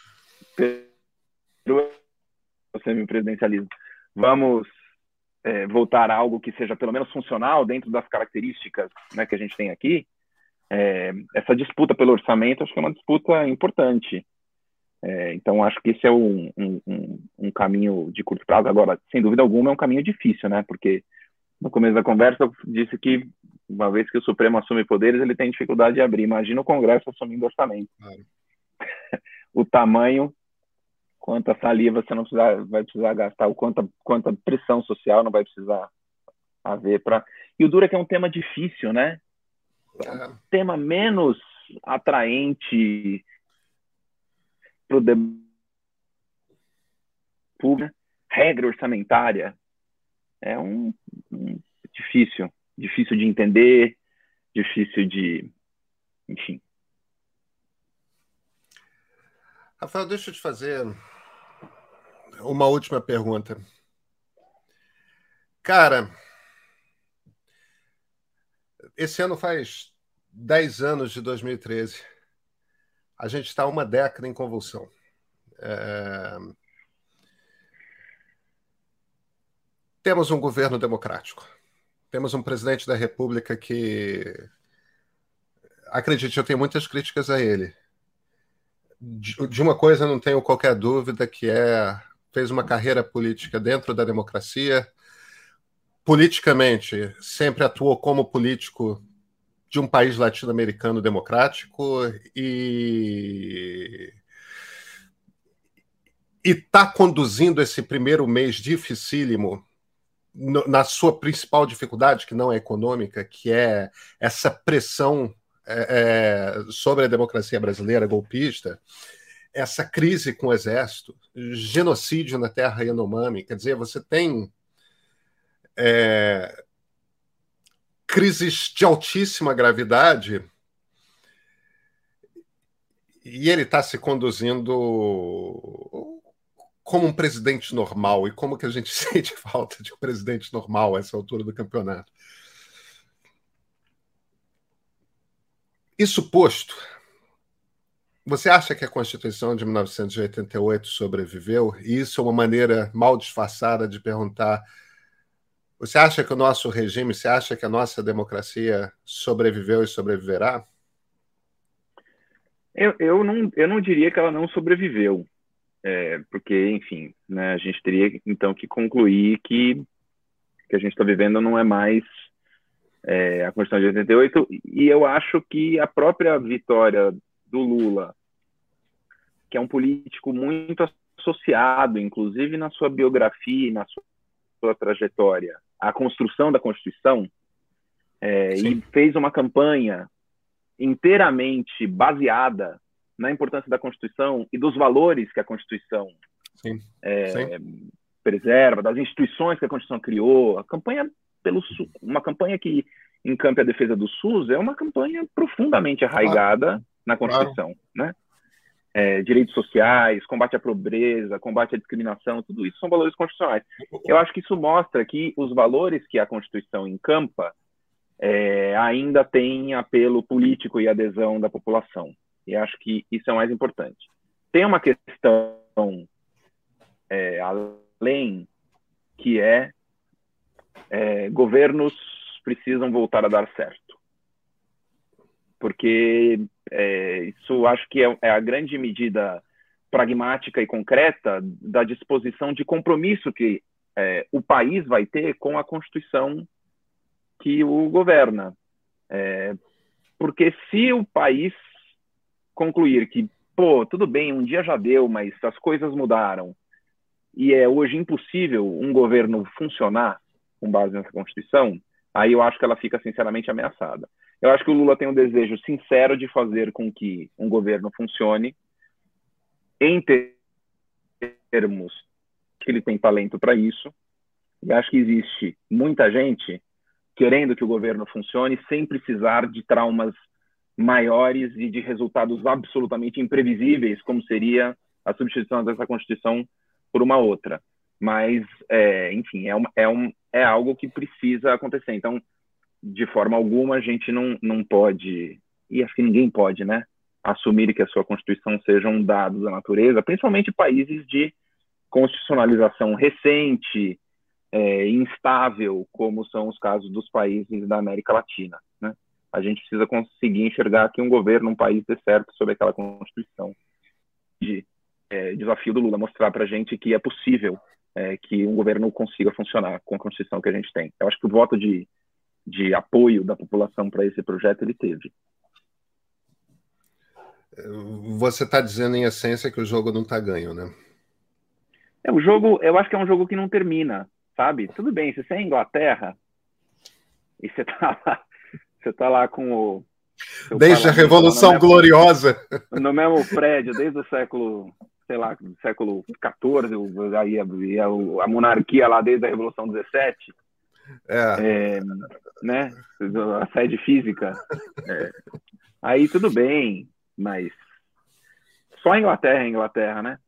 Peru é o semipresidencialismo, vamos é, voltar a algo que seja pelo menos funcional dentro das características, né, que a gente tem aqui. É, essa disputa pelo orçamento, acho que é uma disputa importante. É, então, acho que esse é um, um, um, um caminho de curto prazo. Agora, sem dúvida alguma, é um caminho difícil, né? Porque no começo da conversa eu disse que, uma vez que o Supremo assume poderes, ele tem dificuldade de abrir. Imagina o Congresso assumindo orçamento. claro. O tamanho, quanta saliva você não precisa, vai precisar gastar, o quanta, quanta pressão social não vai precisar haver para... E o duro é que é um tema difícil, né? É um tema menos atraente para o debate público. Regra orçamentária é um, um difícil, difícil de entender, difícil de, enfim. Rafael, deixa eu te fazer uma última pergunta. Cara, esse ano faz dez anos de dois mil e treze. A gente está uma década em convulsão. É... Temos um governo democrático. Temos um presidente da República que, acredite, eu tenho muitas críticas a ele. De uma coisa não tenho qualquer dúvida, que é fez uma carreira política dentro da democracia. Politicamente, sempre atuou como político de um país latino-americano democrático e está conduzindo esse primeiro mês dificílimo na sua principal dificuldade, que não é econômica, que é essa pressão é, é, sobre a democracia brasileira golpista, essa crise com o exército, genocídio na terra Yanomami. Quer dizer, você tem é, crises de altíssima gravidade e ele está se conduzindo como um presidente normal. E como que a gente sente falta de um presidente normal a essa altura do campeonato? Isso posto, você acha que a Constituição de mil novecentos e oitenta e oito sobreviveu? E isso é uma maneira mal disfarçada de perguntar: você acha que o nosso regime, você acha que a nossa democracia sobreviveu e sobreviverá? Eu, eu, não, eu não diria que ela não sobreviveu, é, porque, enfim, né, a gente teria então que concluir que que a gente está vivendo não é mais é, a Constituição de oitenta e oito, e eu acho que a própria vitória do Lula, que é um político muito associado, inclusive na sua biografia e na sua, sua trajetória, à construção da Constituição, é, e fez uma campanha inteiramente baseada na importância da Constituição e dos valores que a Constituição Sim. É, Sim. preserva, das instituições que a Constituição criou. A campanha pelo uma campanha que encampe a defesa do SUS é uma campanha profundamente arraigada claro. na Constituição, claro. né? É, direitos sociais, combate à pobreza, combate à discriminação, tudo isso são valores constitucionais. Eu acho que isso mostra que os valores que a Constituição encampa é, ainda têm apelo político e adesão da população. E acho que isso é o mais importante. Tem uma questão é, além, que é, é governos precisam voltar a dar certo. Porque é, isso acho que é, é a grande medida pragmática e concreta da disposição de compromisso que é, o país vai ter com a Constituição que o governa. É, porque se o país concluir que, pô, tudo bem, um dia já deu, mas as coisas mudaram, e é hoje impossível um governo funcionar com base nessa Constituição, aí eu acho que ela fica sinceramente ameaçada. Eu acho que o Lula tem um desejo sincero de fazer com que um governo funcione em termos que ele tem talento para isso. E acho que existe muita gente querendo que o governo funcione sem precisar de traumas maiores e de resultados absolutamente imprevisíveis, como seria a substituição dessa Constituição por uma outra. Mas, é, enfim, é uma, é, um, é algo que precisa acontecer. Então, de forma alguma, a gente não, não pode, e acho que ninguém pode, né, assumir que a sua Constituição seja um dado da natureza, principalmente países de constitucionalização recente, é, instável, como são os casos dos países da América Latina, né? A gente precisa conseguir enxergar que um governo, um país dê certo sobre aquela Constituição. De é, desafio do Lula, mostrar para a gente que é possível é, que um governo consiga funcionar com a Constituição que a gente tem. Eu acho que o voto de, de apoio da população para esse projeto ele teve. Você está dizendo, em essência, que o jogo não está ganho, né? É, o jogo, eu acho que é um jogo que não termina, sabe? Tudo bem, se você é em Inglaterra e você tá lá, você tá lá com o... Desde a Revolução Gloriosa. No mesmo prédio, desde o século, sei lá, século quatorze, aí a, a, a monarquia lá desde a Revolução dezessete, é. É, né? A sede física. É. Aí tudo bem, mas só a Inglaterra é Inglaterra, né?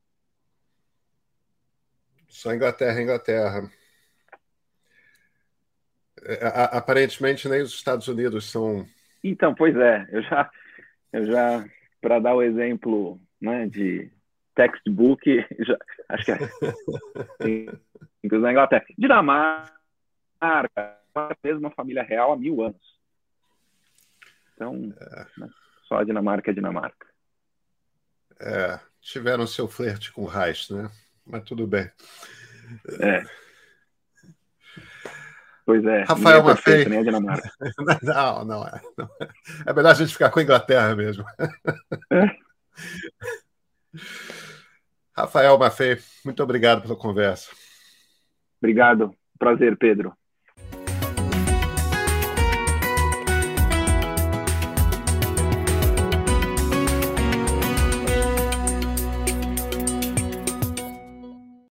Só Inglaterra é Inglaterra. É, aparentemente nem os Estados Unidos são... Então, pois é, eu já, eu já para dar o exemplo, né, de textbook, já, acho que é inclusive na Inglaterra. Dinamarca, a mesma família real há mil anos. Então, é. Né, só a Dinamarca é Dinamarca. É, tiveram seu flerte com o Reich, né? Mas tudo bem. É. Pois é, Rafael Maffei. Nem a Dinamarca. Não, não é, não é. É melhor a gente ficar com a Inglaterra mesmo. É. Rafael Maffei, muito obrigado pela conversa. Obrigado. Prazer, Pedro.